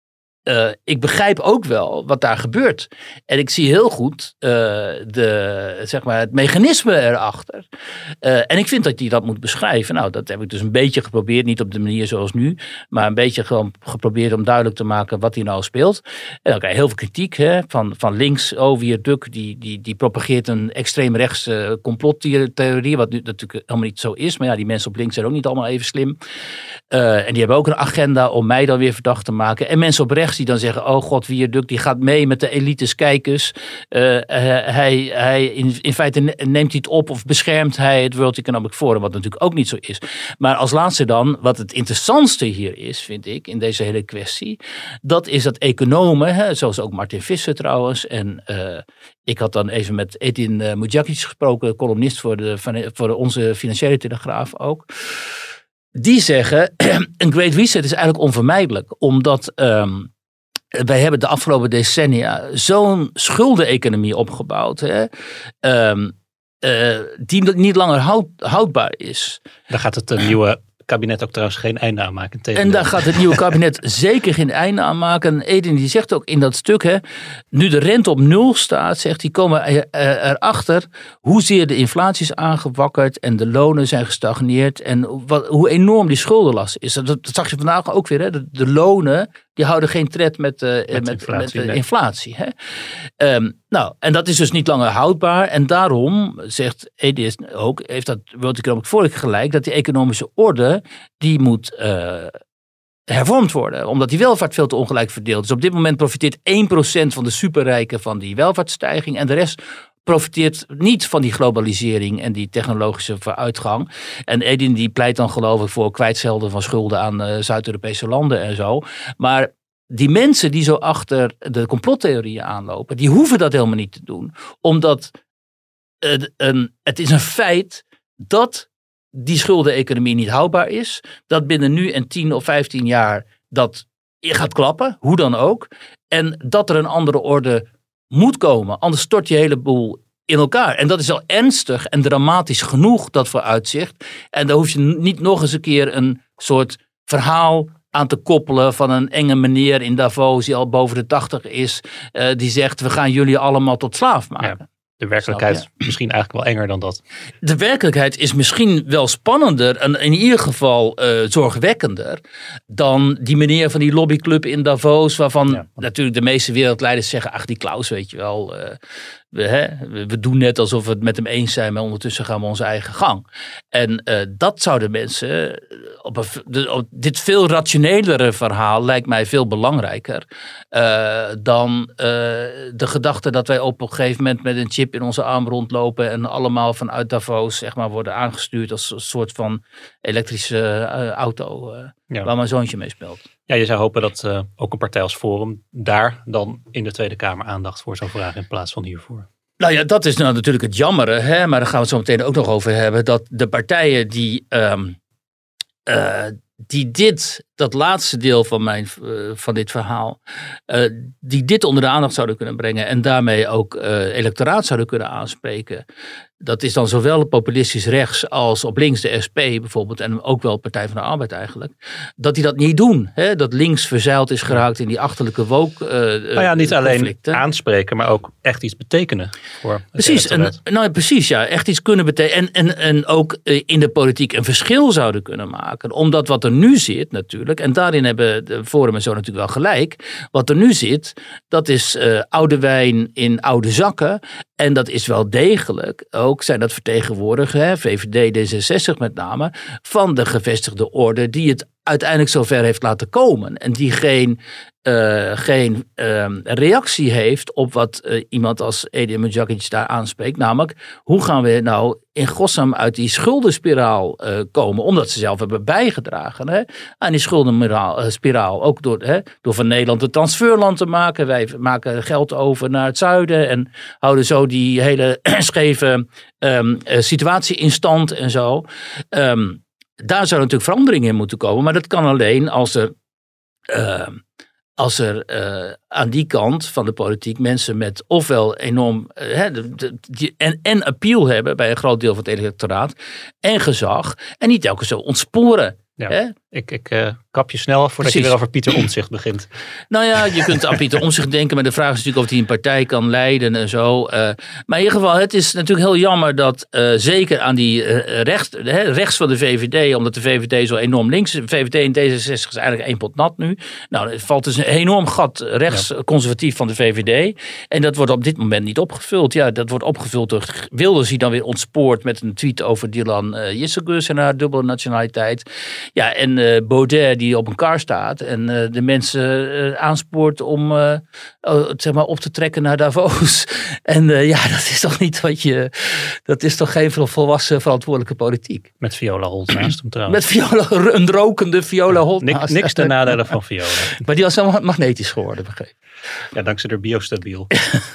Uh, ik begrijp ook wel wat daar gebeurt. En ik zie heel goed uh, de, zeg maar het mechanisme erachter. Uh, en ik vind dat hij dat moet beschrijven. Nou, dat heb ik dus een beetje geprobeerd. Niet op de manier zoals nu. Maar een beetje gewoon geprobeerd om duidelijk te maken wat hier nou speelt. En dan krijg je heel veel kritiek hè, van, van links. Oh, Wierduk, die, die, die propageert een extreemrechts uh, complottheorie. Wat nu natuurlijk helemaal niet zo is. Maar ja, die mensen op links zijn ook niet allemaal even slim. Uh, en die hebben ook een agenda om mij dan weer verdacht te maken. En mensen op rechts die dan zeggen, oh god, Wierduk die gaat mee met de elites kijkers. Uh, hij, hij in, in feite neemt hij het op of beschermt hij het World Economic Forum, wat natuurlijk ook niet zo is. Maar als laatste dan, wat het interessantste hier is, vind ik, in deze hele kwestie, dat is dat economen, hè, zoals ook Martin Visser trouwens, en uh, ik had dan even met Edin uh, Mujagic gesproken, columnist voor, de, voor de, onze Financiële Telegraaf ook. Die zeggen, een Great Reset is eigenlijk onvermijdelijk, omdat Um, wij hebben de afgelopen decennia zo'n schuldeneconomie opgebouwd, hè, um, uh, die niet langer houd, houdbaar is. Daar gaat het uh, nieuwe kabinet ook trouwens geen einde aan maken. En daar gaat het nieuwe kabinet zeker geen einde aan maken. En Edin die zegt ook in dat stuk, hè, nu de rente op nul staat, zegt hij, komen er, erachter hoezeer de inflatie is aangewakkerd en de lonen zijn gestagneerd en wat, hoe enorm die schuldenlast is. Dat, dat zag je vandaag ook weer. Hè. De, de lonen die houden geen tred met, uh, met, met inflatie. Met, uh, inflatie hè. Um, nou, en dat is dus niet langer houdbaar. En daarom, zegt Edin ook, heeft dat World Economic Forum gelijk, dat die economische orde, die moet, uh, hervormd worden. Omdat die welvaart veel te ongelijk verdeeld is. Op dit moment profiteert één procent van de superrijken van die welvaartsstijging. En de rest profiteert niet van die globalisering en die technologische vooruitgang. En Edin die pleit dan geloof ik voor kwijtschelden van schulden aan uh, Zuid-Europese landen en zo. Maar die mensen die zo achter de complottheorieën aanlopen, die hoeven dat helemaal niet te doen. Omdat uh, een, het is een feit dat die schuldeneconomie niet houdbaar is. Dat binnen nu en tien of vijftien jaar dat gaat klappen, hoe dan ook. En dat er een andere orde moet komen, anders stort je hele boel in elkaar. En dat is al ernstig en dramatisch genoeg, dat vooruitzicht. En daar hoef je niet nog eens een keer een soort verhaal aan te koppelen van een enge meneer in Davos die al boven de tachtig is, uh, die zegt we gaan jullie allemaal tot slaaf maken. Ja. De werkelijkheid is misschien eigenlijk wel enger dan dat. De werkelijkheid is misschien wel spannender en in ieder geval uh, zorgwekkender dan die meneer van die lobbyclub in Davos, waarvan ja. natuurlijk de meeste wereldleiders zeggen, ach die Klaus weet je wel, uh, we, hè, we doen net alsof we het met hem eens zijn, maar ondertussen gaan we onze eigen gang. En uh, dat zouden mensen, op, een, de, op dit veel rationelere verhaal lijkt mij veel belangrijker uh, dan uh, de gedachte dat wij op een gegeven moment met een chip in onze arm rondlopen en allemaal vanuit Davos zeg maar, worden aangestuurd als een soort van elektrische uh, auto uh, ja. waar mijn zoontje mee speelt. Ja, je zou hopen dat uh, ook een partij als Forum daar dan in de Tweede Kamer aandacht voor zou vragen in plaats van hiervoor. Nou ja, dat is nou natuurlijk het jammere, hè? Maar daar gaan we het zo meteen ook nog over hebben, dat de partijen die, um, uh, die dit, dat laatste deel van, mijn, uh, van dit verhaal, uh, die dit onder de aandacht zouden kunnen brengen en daarmee ook uh, electoraat zouden kunnen aanspreken. Dat is dan zowel populistisch rechts als op links de S P bijvoorbeeld en ook wel Partij van de Arbeid eigenlijk. Dat die dat niet doen. Hè? Dat links verzeild is geraakt in die achterlijke woke uh, nou ja, niet alleen conflicten. Aanspreken, maar ook echt iets betekenen. Voor precies, en, nou, precies ja. Echt iets kunnen betekenen. En, en, en ook in de politiek een verschil zouden kunnen maken. Omdat wat er nu zit natuurlijk, en daarin hebben de Forum en zo natuurlijk wel gelijk. Wat er nu zit, dat is uh, oude wijn in oude zakken. En dat is wel degelijk ook, zijn dat vertegenwoordigers, V V D, D zesenzestig met name, van de gevestigde orde die het uiteindelijk zover heeft laten komen. En die geen, uh, geen uh, reactie heeft op wat uh, iemand als Edin Mujagic daar aanspreekt. Namelijk, hoe gaan we nou in godsnaam uit die schuldenspiraal uh, komen? Omdat ze zelf hebben bijgedragen hè, aan die schuldenspiraal. Ook door, hè, door van Nederland een transferland te maken. Wij maken geld over naar het zuiden en houden zo die hele scheve um, uh, situatie in stand en zo. Um, Daar zou natuurlijk verandering in moeten komen. Maar dat kan alleen als er, uh, als er uh, aan die kant van de politiek mensen met ofwel enorm uh, de, de, die, en, en appeal hebben bij een groot deel van het electoraat. En gezag. En niet telkens zo ontsporen. Ja, hè? ik, ik uh, kap je snel voordat Precies. je weer over Pieter Omtzigt begint. Nou ja, je kunt aan Pieter Omtzigt denken, maar de vraag is natuurlijk of hij een partij kan leiden en zo. Uh, maar in ieder geval, het is natuurlijk heel jammer dat uh, zeker aan die uh, rechts, hè, rechts van de V V D, omdat de V V D zo enorm links is. V V D en D zesenzestig is eigenlijk één pot nat nu. Nou, er valt dus een enorm gat rechts ja. conservatief van de V V D. En dat wordt op dit moment niet opgevuld. Ja, dat wordt opgevuld door Wilders die dan weer ontspoort met een tweet over Dylan uh, Jissegus en haar dubbele nationaliteit. Ja, en uh, Baudet die op een kar staat en uh, de mensen uh, aanspoort om uh, uh, zeg maar op te trekken naar Davos. En uh, ja, dat is toch niet wat je... Dat is toch geen volwassen verantwoordelijke politiek. Met Viola Holt naast hem trouwens. Met Viola, een rokende Viola Holt Nik, naast. Niks ten nadele van Viola. Maar die was helemaal magnetisch geworden, begreep. Ja, dankzij de biostabiel.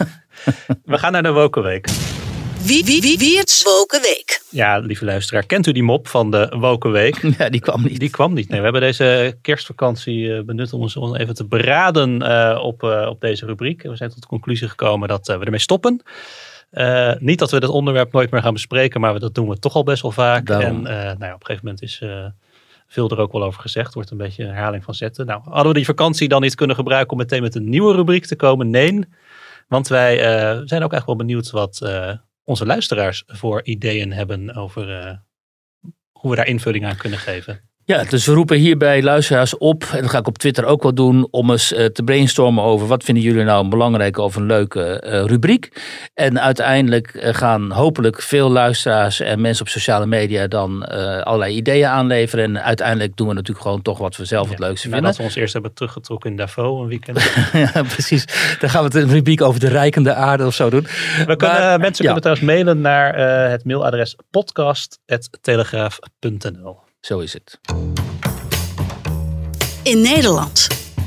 We gaan naar de Woke Week. Wie, wie, wie, wie het Woke Week? Ja, lieve luisteraar, kent u die mop van de Woke Week? Ja, die kwam niet. Die kwam niet. Nee, we hebben deze kerstvakantie benut om ons even te beraden uh, op, uh, op deze rubriek. We zijn tot de conclusie gekomen dat uh, we ermee stoppen. Uh, niet dat we dat onderwerp nooit meer gaan bespreken, maar dat doen we toch al best wel vaak. Daarom. En uh, nou ja, op een gegeven moment is uh, veel er ook wel over gezegd. Wordt een beetje een herhaling van zetten. Nou, hadden we die vakantie dan niet kunnen gebruiken om meteen met een nieuwe rubriek te komen? Nee, want wij uh, zijn ook echt wel benieuwd wat... Uh, onze luisteraars voor ideeën hebben over uh, hoe we daar invulling aan kunnen geven. Ja, dus we roepen hierbij luisteraars op, en dat ga ik op Twitter ook wel doen, om eens uh, te brainstormen over wat vinden jullie nou een belangrijke of een leuke uh, rubriek. En uiteindelijk uh, gaan hopelijk veel luisteraars en mensen op sociale media dan uh, allerlei ideeën aanleveren. En uiteindelijk doen we natuurlijk gewoon toch wat we zelf ja, het leukste vinden. Nadat we ons eerst hebben teruggetrokken in Davos een weekend. Ja, precies. Dan gaan we het een rubriek over de rijkende aarde of zo doen. We kunnen, maar, mensen ja. kunnen trouwens mailen naar uh, het mailadres podcast apenstaartje telegraaf punt n l. Zo is het. In Nederland.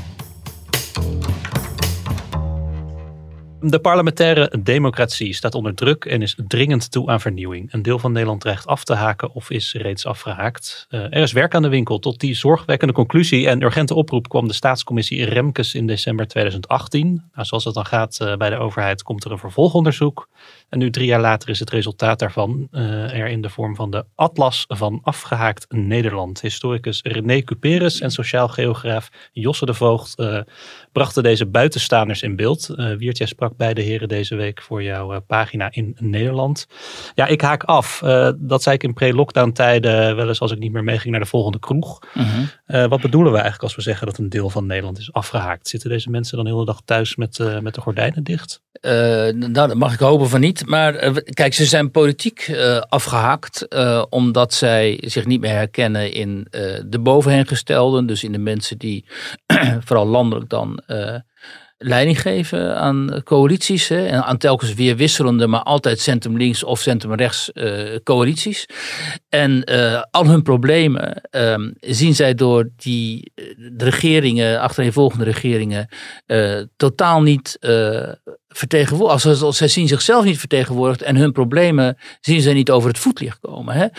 De parlementaire democratie staat onder druk en is dringend toe aan vernieuwing. Een deel van Nederland dreigt af te haken of is reeds afgehaakt. Uh, er is werk aan de winkel. Tot die zorgwekkende conclusie en urgente oproep kwam de staatscommissie Remkes in december tweeduizend achttien. Nou, zoals het dan gaat uh, bij de overheid komt er een vervolgonderzoek. En nu drie jaar later is het resultaat daarvan uh, er in de vorm van de Atlas van Afgehaakt Nederland. Historicus René Cuperus en sociaal geograaf Josse de Voogd uh, brachten deze buitenstaanders in beeld. Uh, Wiert, jij sprak beide heren deze week voor jouw uh, pagina in Nederland. Ja, ik haak af. Uh, dat zei ik in pre-lockdown tijden wel eens als ik niet meer meeging naar de volgende kroeg. Uh-huh. Uh, wat bedoelen we eigenlijk als we zeggen dat een deel van Nederland is afgehaakt? Zitten deze mensen dan de hele dag thuis met, uh, met de gordijnen dicht? Uh, nou, dat mag ik hopen van niet. Maar uh, kijk, ze zijn politiek uh, afgehaakt uh, omdat zij zich niet meer herkennen in uh, de bovenhengestelden. Dus in de mensen die vooral landelijk dan uh, leiding geven aan coalities. Hè, en aan telkens weer wisselende, maar altijd centrum links of centrum rechts uh, coalities. En uh, al hun problemen uh, zien zij door die uh, de regeringen, achtereenvolgende regeringen, uh, totaal niet uh, vertegenwoordigd. Als, als zij zien zichzelf niet vertegenwoordigd en hun problemen zien zij niet over het voetlicht komen. Hè?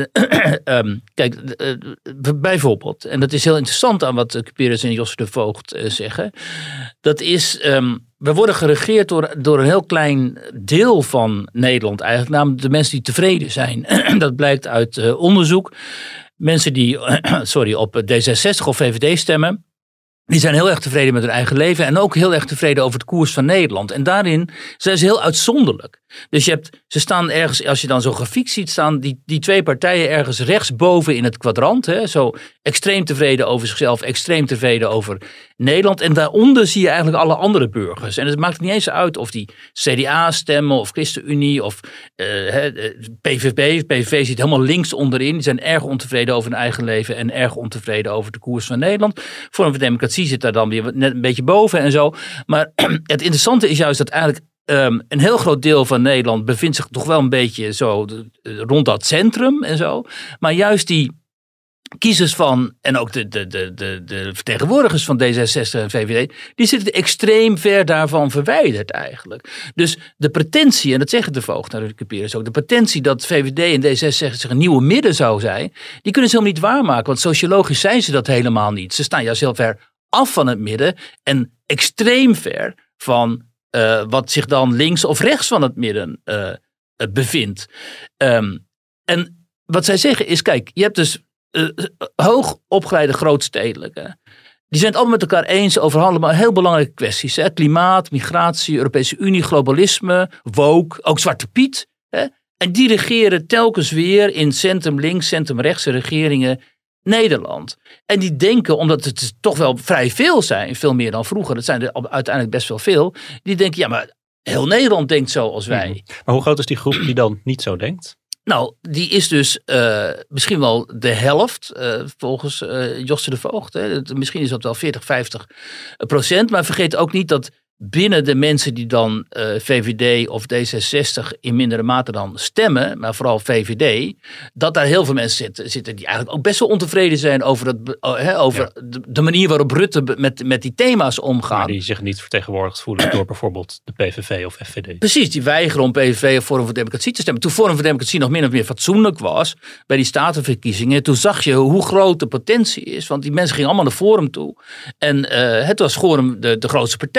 Uh, um, kijk, uh, bijvoorbeeld, en dat is heel interessant aan wat Cuperus en Josse de Voogd uh, zeggen. Dat is, um, we worden geregeerd door, door een heel klein deel van Nederland eigenlijk. Namelijk de mensen die tevreden zijn. Dat blijkt uit uh, onderzoek. Mensen die uh, sorry, op D zesenzestig of V V D stemmen. Die zijn heel erg tevreden met hun eigen leven en ook heel erg tevreden over de koers van Nederland. En daarin zijn ze heel uitzonderlijk. Dus je hebt, ze staan ergens, als je dan zo'n grafiek ziet staan, die, die twee partijen ergens rechtsboven in het kwadrant. Hè, zo extreem tevreden over zichzelf, extreem tevreden over Nederland. En daaronder zie je eigenlijk alle andere burgers. En het maakt niet eens uit of die C D A stemmen of ChristenUnie of uh, P V B. P V V zit helemaal links onderin. Die zijn erg ontevreden over hun eigen leven en erg ontevreden over de koers van Nederland. Vorm van Democratie zit daar dan weer net een beetje boven en zo. Maar het interessante is juist dat eigenlijk um, een heel groot deel van Nederland bevindt zich toch wel een beetje zo rond dat centrum en zo. Maar juist die kiezers van, en ook de, de, de, de, de vertegenwoordigers van D zesenzestig en V V D, die zitten extreem ver daarvan verwijderd eigenlijk. Dus de pretentie, en dat zeggen de Voogd naar de Cuperus ook, de pretentie dat V V D en D zesenzestig een nieuwe midden zou zijn, die kunnen ze helemaal niet waarmaken, want sociologisch zijn ze dat helemaal niet. Ze staan juist heel ver af van het midden en extreem ver van uh, wat zich dan links of rechts van het midden uh, uh, bevindt. Um, en wat zij zeggen is, kijk, je hebt dus uh, hoog opgeleide grootstedelijke. Die zijn het allemaal met elkaar eens over allemaal heel belangrijke kwesties. Hè? Klimaat, migratie, Europese Unie, globalisme, woke, ook Zwarte Piet. Hè? En die regeren telkens weer in centrum links, centrum rechtse regeringen Nederland. En die denken, omdat het toch wel vrij veel zijn, veel meer dan vroeger, dat zijn er uiteindelijk best wel veel, die denken, ja, maar heel Nederland denkt zo als wij. Mm-hmm. Maar hoe groot is die groep die dan niet zo denkt? Nou, die is dus uh, misschien wel de helft, uh, volgens uh, Josse de Voogd. Hè. Misschien is dat wel veertig, vijftig procent. Maar vergeet ook niet dat binnen de mensen die dan uh, V V D of D zesenzestig in mindere mate dan stemmen, maar vooral V V D, dat daar heel veel mensen zitten, zitten die eigenlijk ook best wel ontevreden zijn over, dat, uh, over ja. de, de manier waarop Rutte met, met die thema's omgaan. Maar die zich niet vertegenwoordigd voelen door bijvoorbeeld de P V V of F V D. Precies, die weigeren om P V V of Forum voor Democratie te stemmen. Toen Forum voor Democratie nog min of meer fatsoenlijk was bij die statenverkiezingen, toen zag je hoe groot de potentie is, want die mensen gingen allemaal naar Forum toe. En uh, het was Forum de, de grootste partij.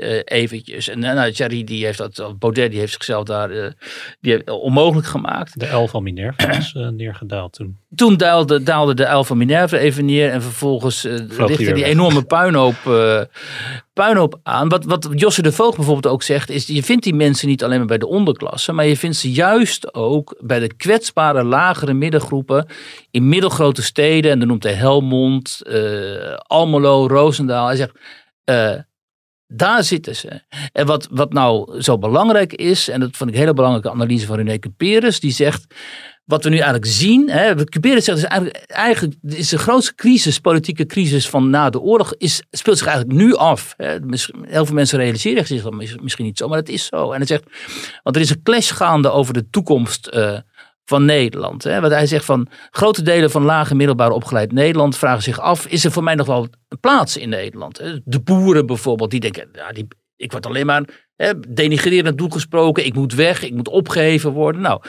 uh, eventjes. En uh, nou, Thierry, die heeft dat, Baudet, die heeft zichzelf daar uh, die heeft onmogelijk gemaakt. De uil van Minerva was uh, neergedaald toen. Toen daalde, daalde de uil van Minerva even neer en vervolgens uh, richtte die enorme puinhoop, uh, puinhoop aan. Wat, wat Josse de Voogd bijvoorbeeld ook zegt, is je vindt die mensen niet alleen maar bij de onderklasse, maar je vindt ze juist ook bij de kwetsbare, lagere middengroepen in middelgrote steden. En dan noemt hij Helmond, uh, Almelo, Roosendaal. Hij zegt, uh, daar zitten ze. En wat, wat nou zo belangrijk is, en dat vond ik een hele belangrijke analyse van René Cuperus, die zegt, wat we nu eigenlijk zien, hè, Cuperus zegt, is eigenlijk, eigenlijk is de grootste crisis, politieke crisis van na de oorlog, is, speelt zich eigenlijk nu af. Hè. Heel veel mensen realiseren zich dat misschien niet zo, maar dat is zo. En hij zegt, want er is een clash gaande over de toekomst uh, van Nederland. Hè. Want hij zegt van, grote delen van lage middelbare opgeleid Nederland vragen zich af, is er voor mij nog wel een plaats in Nederland? Hè. De boeren bijvoorbeeld, die denken, ja, die, ik word alleen maar hè, denigrerend toegesproken, ik moet weg, ik moet opgeheven worden. Nou,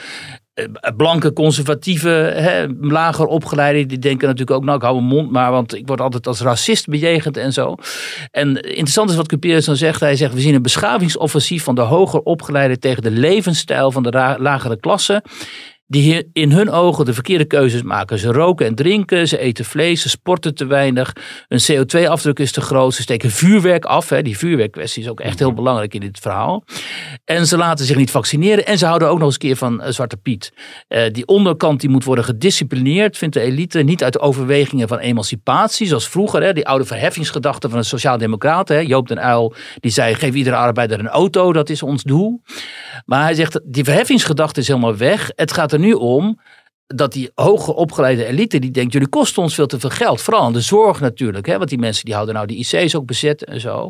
blanke, conservatieve, hè, lager opgeleiden, die denken natuurlijk ook, nou ik hou mijn mond maar, want ik word altijd als racist bejegend en zo. En interessant is wat Cuperus dan zegt, hij zegt, we zien een beschavingsoffensief van de hoger opgeleiden tegen de levensstijl van de ra- lagere klasse, die in hun ogen de verkeerde keuzes maken. Ze roken en drinken, ze eten vlees, ze sporten te weinig, hun C O twee afdruk is te groot, ze steken vuurwerk af. Hè. Die vuurwerkkwestie is ook echt heel belangrijk in dit verhaal. En ze laten zich niet vaccineren en ze houden ook nog eens een keer van uh, Zwarte Piet. Uh, die onderkant die moet worden gedisciplineerd, vindt de elite, niet uit overwegingen van emancipatie, zoals vroeger, hè, die oude verheffingsgedachte van de Sociaaldemocraten. Hè. Joop den Uyl, die zei, geef iedere arbeider een auto, dat is ons doel. Maar hij zegt, die verheffingsgedachte is helemaal weg. Het gaat er nu om dat die hoger opgeleide elite, die denkt, jullie kosten ons veel te veel geld. Vooral aan de zorg natuurlijk. Hè? Want die mensen die houden nou die I C's ook bezet en zo.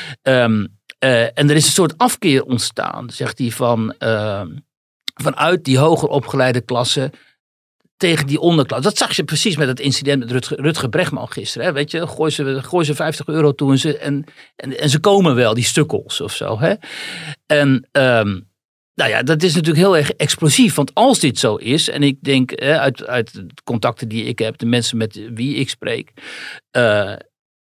Um, uh, en er is een soort afkeer ontstaan, zegt hij, van, uh, vanuit die hoger opgeleide klasse tegen die onderklasse. Dat zag je precies met het incident met Rutger, Rutger Bregman gisteren. Hè? Weet je, gooi ze, gooi ze vijftig euro toe en ze, en, en, en ze komen wel, die stukkels of zo. Hè? En um, nou ja, dat is natuurlijk heel erg explosief. Want als dit zo is, en ik denk hè, uit, uit de contacten die ik heb, de mensen met wie ik spreek, uh,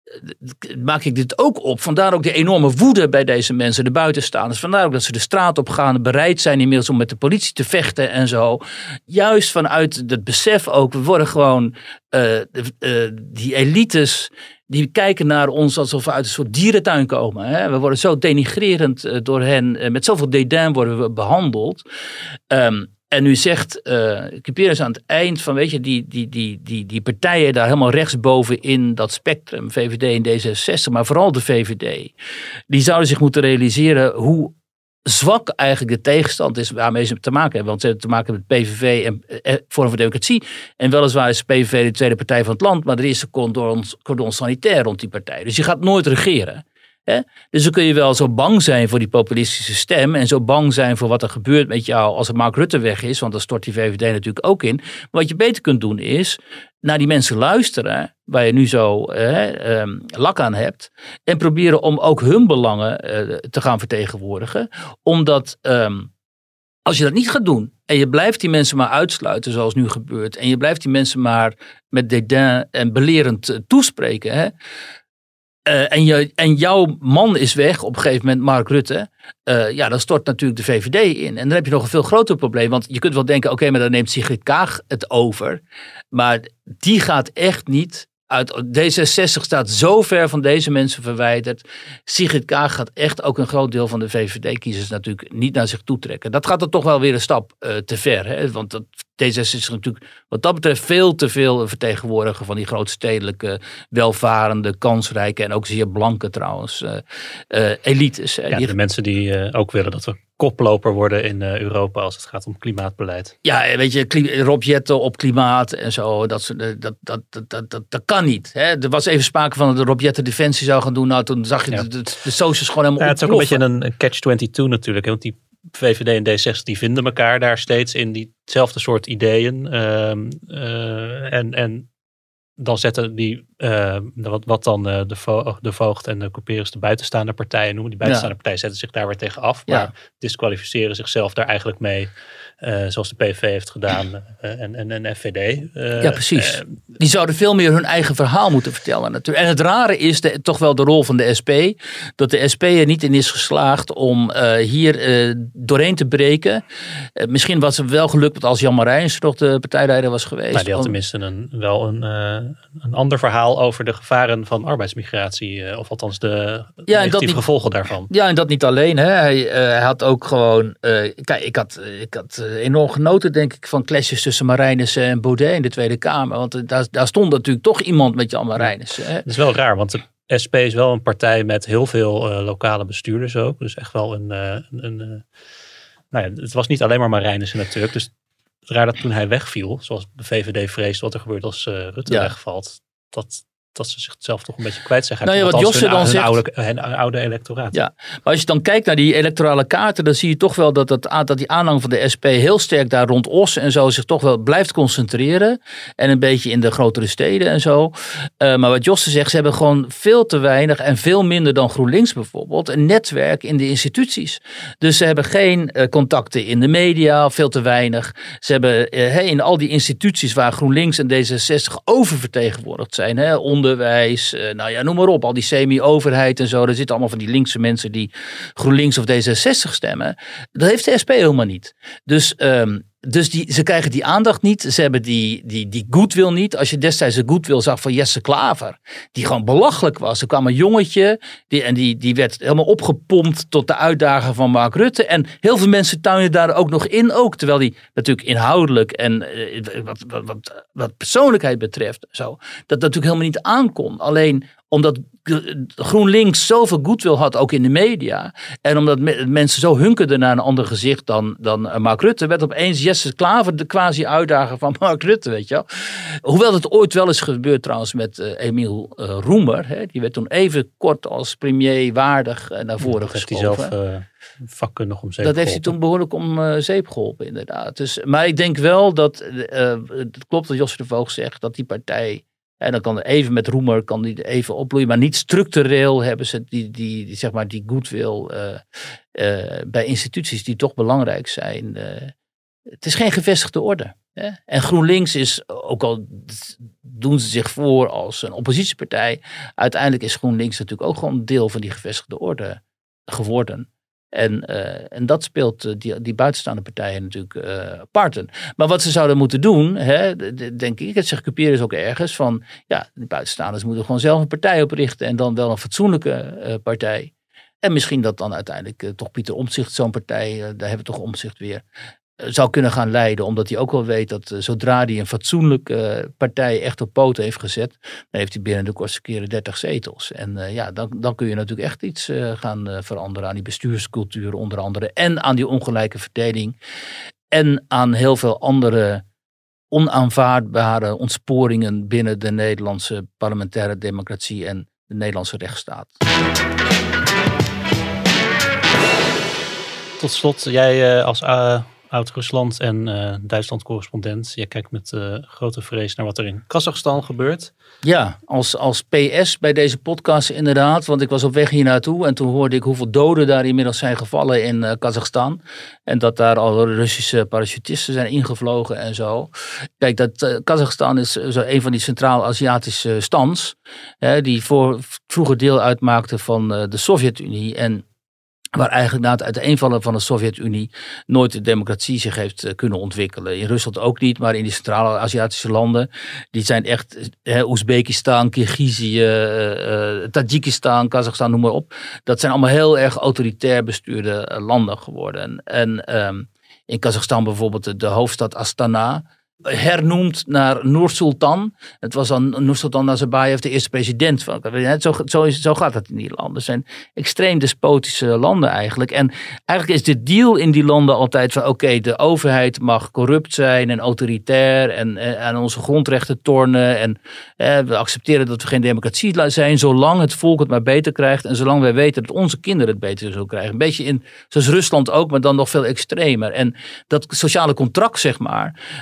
maak ik dit ook op. Vandaar ook de enorme woede bij deze mensen, de buitenstaanders. Vandaar ook dat ze de straat op gaan, bereid zijn inmiddels om met de politie te vechten en zo. Juist vanuit het besef ook, we worden gewoon uh, uh, die elites, die kijken naar ons alsof we uit een soort dierentuin komen. Hè? We worden zo denigrerend uh, door hen, uh, met zoveel dédain worden we behandeld. Um, En nu zegt uh, Cuperus aan het eind van, weet je, die, die, die, die, die partijen daar helemaal rechtsboven in dat spectrum, V V D en D zesenzestig, maar vooral de V V D, die zouden zich moeten realiseren hoe zwak eigenlijk de tegenstand is waarmee ze te maken hebben. Want ze hebben te maken met P V V en eh, Forum voor Democratie. En weliswaar is P V V de tweede partij van het land, maar er is een cordon, cordon sanitair rond die partij. Dus je gaat nooit regeren. Hè? Dus dan kun je wel zo bang zijn voor die populistische stem en zo bang zijn voor wat er gebeurt met jou als er Mark Rutte weg is, want dan stort die V V D natuurlijk ook in. Maar wat je beter kunt doen is naar die mensen luisteren, waar je nu zo eh, um, lak aan hebt, en proberen om ook hun belangen uh, te gaan vertegenwoordigen. Omdat um, als je dat niet gaat doen en je blijft die mensen maar uitsluiten zoals nu gebeurt en je blijft die mensen maar met dédain en belerend uh, toespreken, hè, Uh, en, je, en jouw man is weg, op een gegeven moment Mark Rutte. Uh, ja, dan stort natuurlijk de V V D in. En dan heb je nog een veel groter probleem. Want je kunt wel denken, oké, okay, maar dan neemt Sigrid Kaag het over. Maar die gaat echt niet uit. D zesenzestig staat zo ver van deze mensen verwijderd. Sigrid Kaag gaat echt ook een groot deel van de V V D-kiezers natuurlijk niet naar zich toe trekken. Dat gaat er toch wel weer een stap uh, te ver. Hè? Want dat, D zesenzestig is natuurlijk wat dat betreft veel te veel vertegenwoordiger van die grootstedelijke, welvarende, kansrijke en ook zeer blanke trouwens, uh, uh, elites. Ja, die, de mensen die uh, ook willen dat we koploper worden in uh, Europa als het gaat om klimaatbeleid. Ja, weet je, Rob Jetten op klimaat en zo, dat, dat, dat, dat, dat, dat, dat kan niet. Hè? Er was even sprake van dat de Rob Jetten defensie zou gaan doen. Nou, toen zag je ja. de, de, de socials gewoon helemaal ja, het is ook een beetje een, een catch twenty-two natuurlijk. Hè? Want die V V D en D zesenzestig die vinden elkaar daar steeds in diezelfde soort ideeën. Uh, uh, en, en dan zetten die Uh, wat, wat dan uh, de, vo- de Voogd en de Couperus de buitenstaande partijen noemen. Die buitenstaande ja. partijen zetten zich daar weer tegen af. Maar ja. disqualificeren zichzelf daar eigenlijk mee. Uh, zoals de P V V heeft gedaan uh, en, en, en F V D. Uh, ja, precies. Uh, die zouden veel meer hun eigen verhaal moeten vertellen natuurlijk. En het rare is de, toch wel de rol van de S P. Dat de S P er niet in is geslaagd om uh, hier uh, doorheen te breken. Uh, misschien was het wel gelukt als Jan Marijnissen nog de partijleider was geweest. Maar die had tenminste een, wel een, uh, een ander verhaal over de gevaren van arbeidsmigratie. Uh, of althans de ja, negatieve gevolgen daarvan. Ja, en dat niet alleen. Hè. Hij, uh, hij had ook gewoon... Uh, kijk, ik had, ik had uh, enorm genoten, denk ik, van clashes tussen Marijnissen en Baudet in de Tweede Kamer. Want uh, daar, daar stond natuurlijk toch iemand met Jan Marijnissen. Hè. Dat is wel raar, want de S P is wel een partij met heel veel uh, lokale bestuurders ook. Dus echt wel een... Uh, een, een uh, nou ja, het was niet alleen maar Marijnissen natuurlijk. Dus het is raar dat toen hij wegviel, zoals de V V D vreest wat er gebeurt als uh, Rutte ja. wegvalt, dat... dat ze zichzelf toch een beetje kwijt zijn. Nou ja, wat Josse dan hun zegt... Oude, hun oude electoraat. Ja, maar als je dan kijkt naar die electorale kaarten, dan zie je toch wel dat, dat, dat die aanhang van de S P heel sterk daar rond Os en zo zich toch wel blijft concentreren. En een beetje in de grotere steden en zo. Uh, maar wat Josse zegt, ze hebben gewoon veel te weinig en veel minder dan GroenLinks bijvoorbeeld, een netwerk in de instituties. Dus ze hebben geen uh, contacten in de media, veel te weinig. Ze hebben uh, hey, in al die instituties waar GroenLinks en D zesenzestig oververtegenwoordigd zijn, hè, onderwijs, uh, nou ja, noem maar op, al die semi-overheid en zo. Daar zitten allemaal van die linkse mensen die GroenLinks of D zesenzestig stemmen. Dat heeft de S P helemaal niet. Dus, um, dus die, ze krijgen die aandacht niet. Ze hebben die, die, die goodwill niet. Als je destijds de goodwill zag van Jesse Klaver, die gewoon belachelijk was. Er kwam een jongetje die, en die, die werd helemaal opgepompt tot de uitdager van Mark Rutte. En heel veel mensen tuinen daar ook nog in ook. Terwijl die natuurlijk inhoudelijk en uh, wat, wat, wat, wat persoonlijkheid betreft, zo, dat natuurlijk helemaal niet aankon. Alleen omdat GroenLinks zoveel goodwill had, ook in de media. En omdat me, mensen zo hunkerden naar een ander gezicht dan, dan Mark Rutte, werd opeens Jesse Klaver de quasi-uitdager van Mark Rutte, weet je wel. Hoewel het ooit wel is gebeurd trouwens met uh, Emiel uh, Roemer. Hè, die werd toen even kort als premier waardig uh, naar voren ja, geschoven. Heeft hij zelf uh, vakkundig om zeep Dat geholpen. heeft hij toen behoorlijk om uh, zeep geholpen, inderdaad. Dus, maar ik denk wel dat, uh, het klopt wat Josse de Voogd zegt, dat die partij... En dan kan er even met Roemer kan die even opbloeien. Maar niet structureel hebben ze die, die, die, zeg maar die goodwill uh, uh, bij instituties die toch belangrijk zijn. Uh, het is geen gevestigde orde. Hè? En GroenLinks is, ook al doen ze zich voor als een oppositiepartij, uiteindelijk is GroenLinks natuurlijk ook gewoon deel van die gevestigde orde geworden. En, uh, en dat speelt uh, die, die buitenstaande partijen natuurlijk uh, parten. Maar wat ze zouden moeten doen, hè, denk ik, het zegt Couperus ook ergens, van ja, die buitenstaanders moeten gewoon zelf een partij oprichten en dan wel een fatsoenlijke uh, partij. En misschien dat dan uiteindelijk uh, toch Pieter Omtzigt zo'n partij, uh, daar hebben we toch Omtzigt weer, uh, zou kunnen gaan leiden. Omdat hij ook wel weet dat uh, zodra hij een fatsoenlijke uh, partij echt op poten heeft gezet, dan heeft hij binnen de kortste keren dertig zetels. En uh, ja, dan, dan kun je natuurlijk echt iets uh, gaan uh, veranderen aan die bestuurscultuur onder andere. En aan die ongelijke verdeling. En aan heel veel andere onaanvaardbare ontsporingen binnen de Nederlandse parlementaire democratie en de Nederlandse rechtsstaat. Tot slot, jij uh, als uh, oud-Rusland en uh, Duitsland-correspondent, jij kijkt met uh, grote vrees naar wat er in Kazachstan gebeurt. Ja, als, als P S bij deze podcast inderdaad, want ik was op weg hier naartoe en toen hoorde ik hoeveel doden daar inmiddels zijn gevallen in uh, Kazachstan. En dat daar al Russische parachutisten zijn ingevlogen en zo. Kijk, dat uh, Kazachstan is zo een van die Centraal-Aziatische stans, hè, die voor, vroeger deel uitmaakte van uh, de Sovjet-Unie en waar eigenlijk na het uiteenvallen van de Sovjet-Unie nooit de democratie zich heeft uh, kunnen ontwikkelen. In Rusland ook niet, maar in die Centraal-Aziatische landen, die zijn echt, uh, Oezbekistan, Kirgizië, uh, uh, Tajikistan, Kazachstan, noem maar op. Dat zijn allemaal heel erg autoritair bestuurde uh, landen geworden. En um, in Kazachstan bijvoorbeeld de, de hoofdstad Astana, hernoemd naar Nur-Sultan. Het was dan Nur-Sultan Nazarbayev, de eerste president. Van, zo, zo, is, zo gaat het in die landen. Het zijn extreem despotische landen eigenlijk. En eigenlijk is de deal in die landen altijd van oké, okay, de overheid mag corrupt zijn en autoritair en, en aan onze grondrechten tornen. En eh, we accepteren dat we geen democratie zijn, zolang het volk het maar beter krijgt en zolang wij weten dat onze kinderen het beter zullen krijgen. Een beetje in, zoals Rusland ook, maar dan nog veel extremer. En dat sociale contract, zeg maar, uh, dat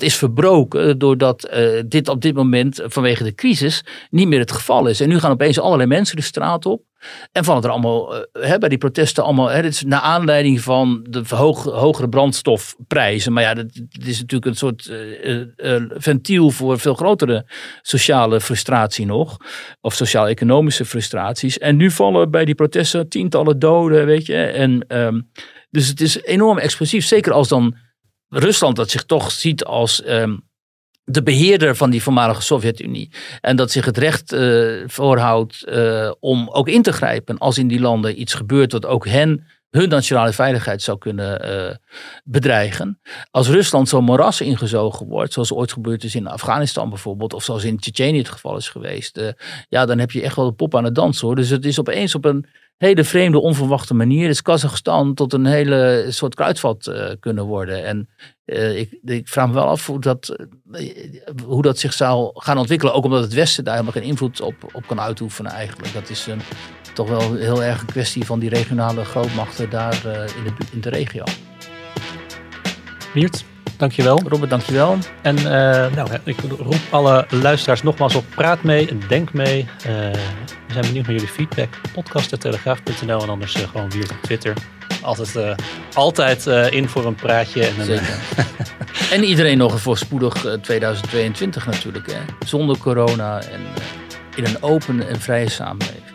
dat is verbroken doordat uh, dit op dit moment vanwege de crisis niet meer het geval is. En nu gaan opeens allerlei mensen de straat op. En vallen er allemaal, uh, hè, bij die protesten allemaal, hè, dit is naar aanleiding van de hoog, hogere brandstofprijzen. Maar ja, dat, dat is natuurlijk een soort uh, uh, ventiel voor veel grotere sociale frustratie nog. Of sociaal-economische frustraties. En nu vallen bij die protesten tientallen doden, weet je. En, um, dus het is enorm explosief. Zeker als dan Rusland dat zich toch ziet als um, de beheerder van die voormalige Sovjet-Unie. En dat zich het recht uh, voorhoudt uh, om ook in te grijpen als in die landen iets gebeurt wat ook hen, hun nationale veiligheid zou kunnen uh, bedreigen. Als Rusland zo'n moras ingezogen wordt, zoals ooit gebeurd is in Afghanistan bijvoorbeeld, of zoals in Tsjetsjenië het geval is geweest, uh, ja, dan heb je echt wel de pop aan het dansen, hoor. Dus het is opeens op een hele vreemde, onverwachte manier is Kazachstan tot een hele soort kruidvat uh, kunnen worden. En uh, ik, ik vraag me wel af hoe dat, uh, hoe dat zich zou gaan ontwikkelen. Ook omdat het Westen daar helemaal geen invloed op, op kan uitoefenen eigenlijk. Dat is uh, toch wel heel erg een kwestie van die regionale grootmachten daar uh, in, de, in de regio. Wiert, dankjewel. Robert, dankjewel. En uh, nou, ik roep alle luisteraars nogmaals op. Praat mee en denk mee. Uh, we zijn benieuwd naar jullie feedback. podcast punt telegraaf punt n l en anders uh, gewoon Wiert op Twitter. Altijd, uh, altijd uh, in voor een praatje. En, Zeker. Uh, en iedereen nog een voorspoedig uh, tweeduizend tweeëntwintig natuurlijk. Hè? Zonder corona en uh, in een open en vrije samenleving.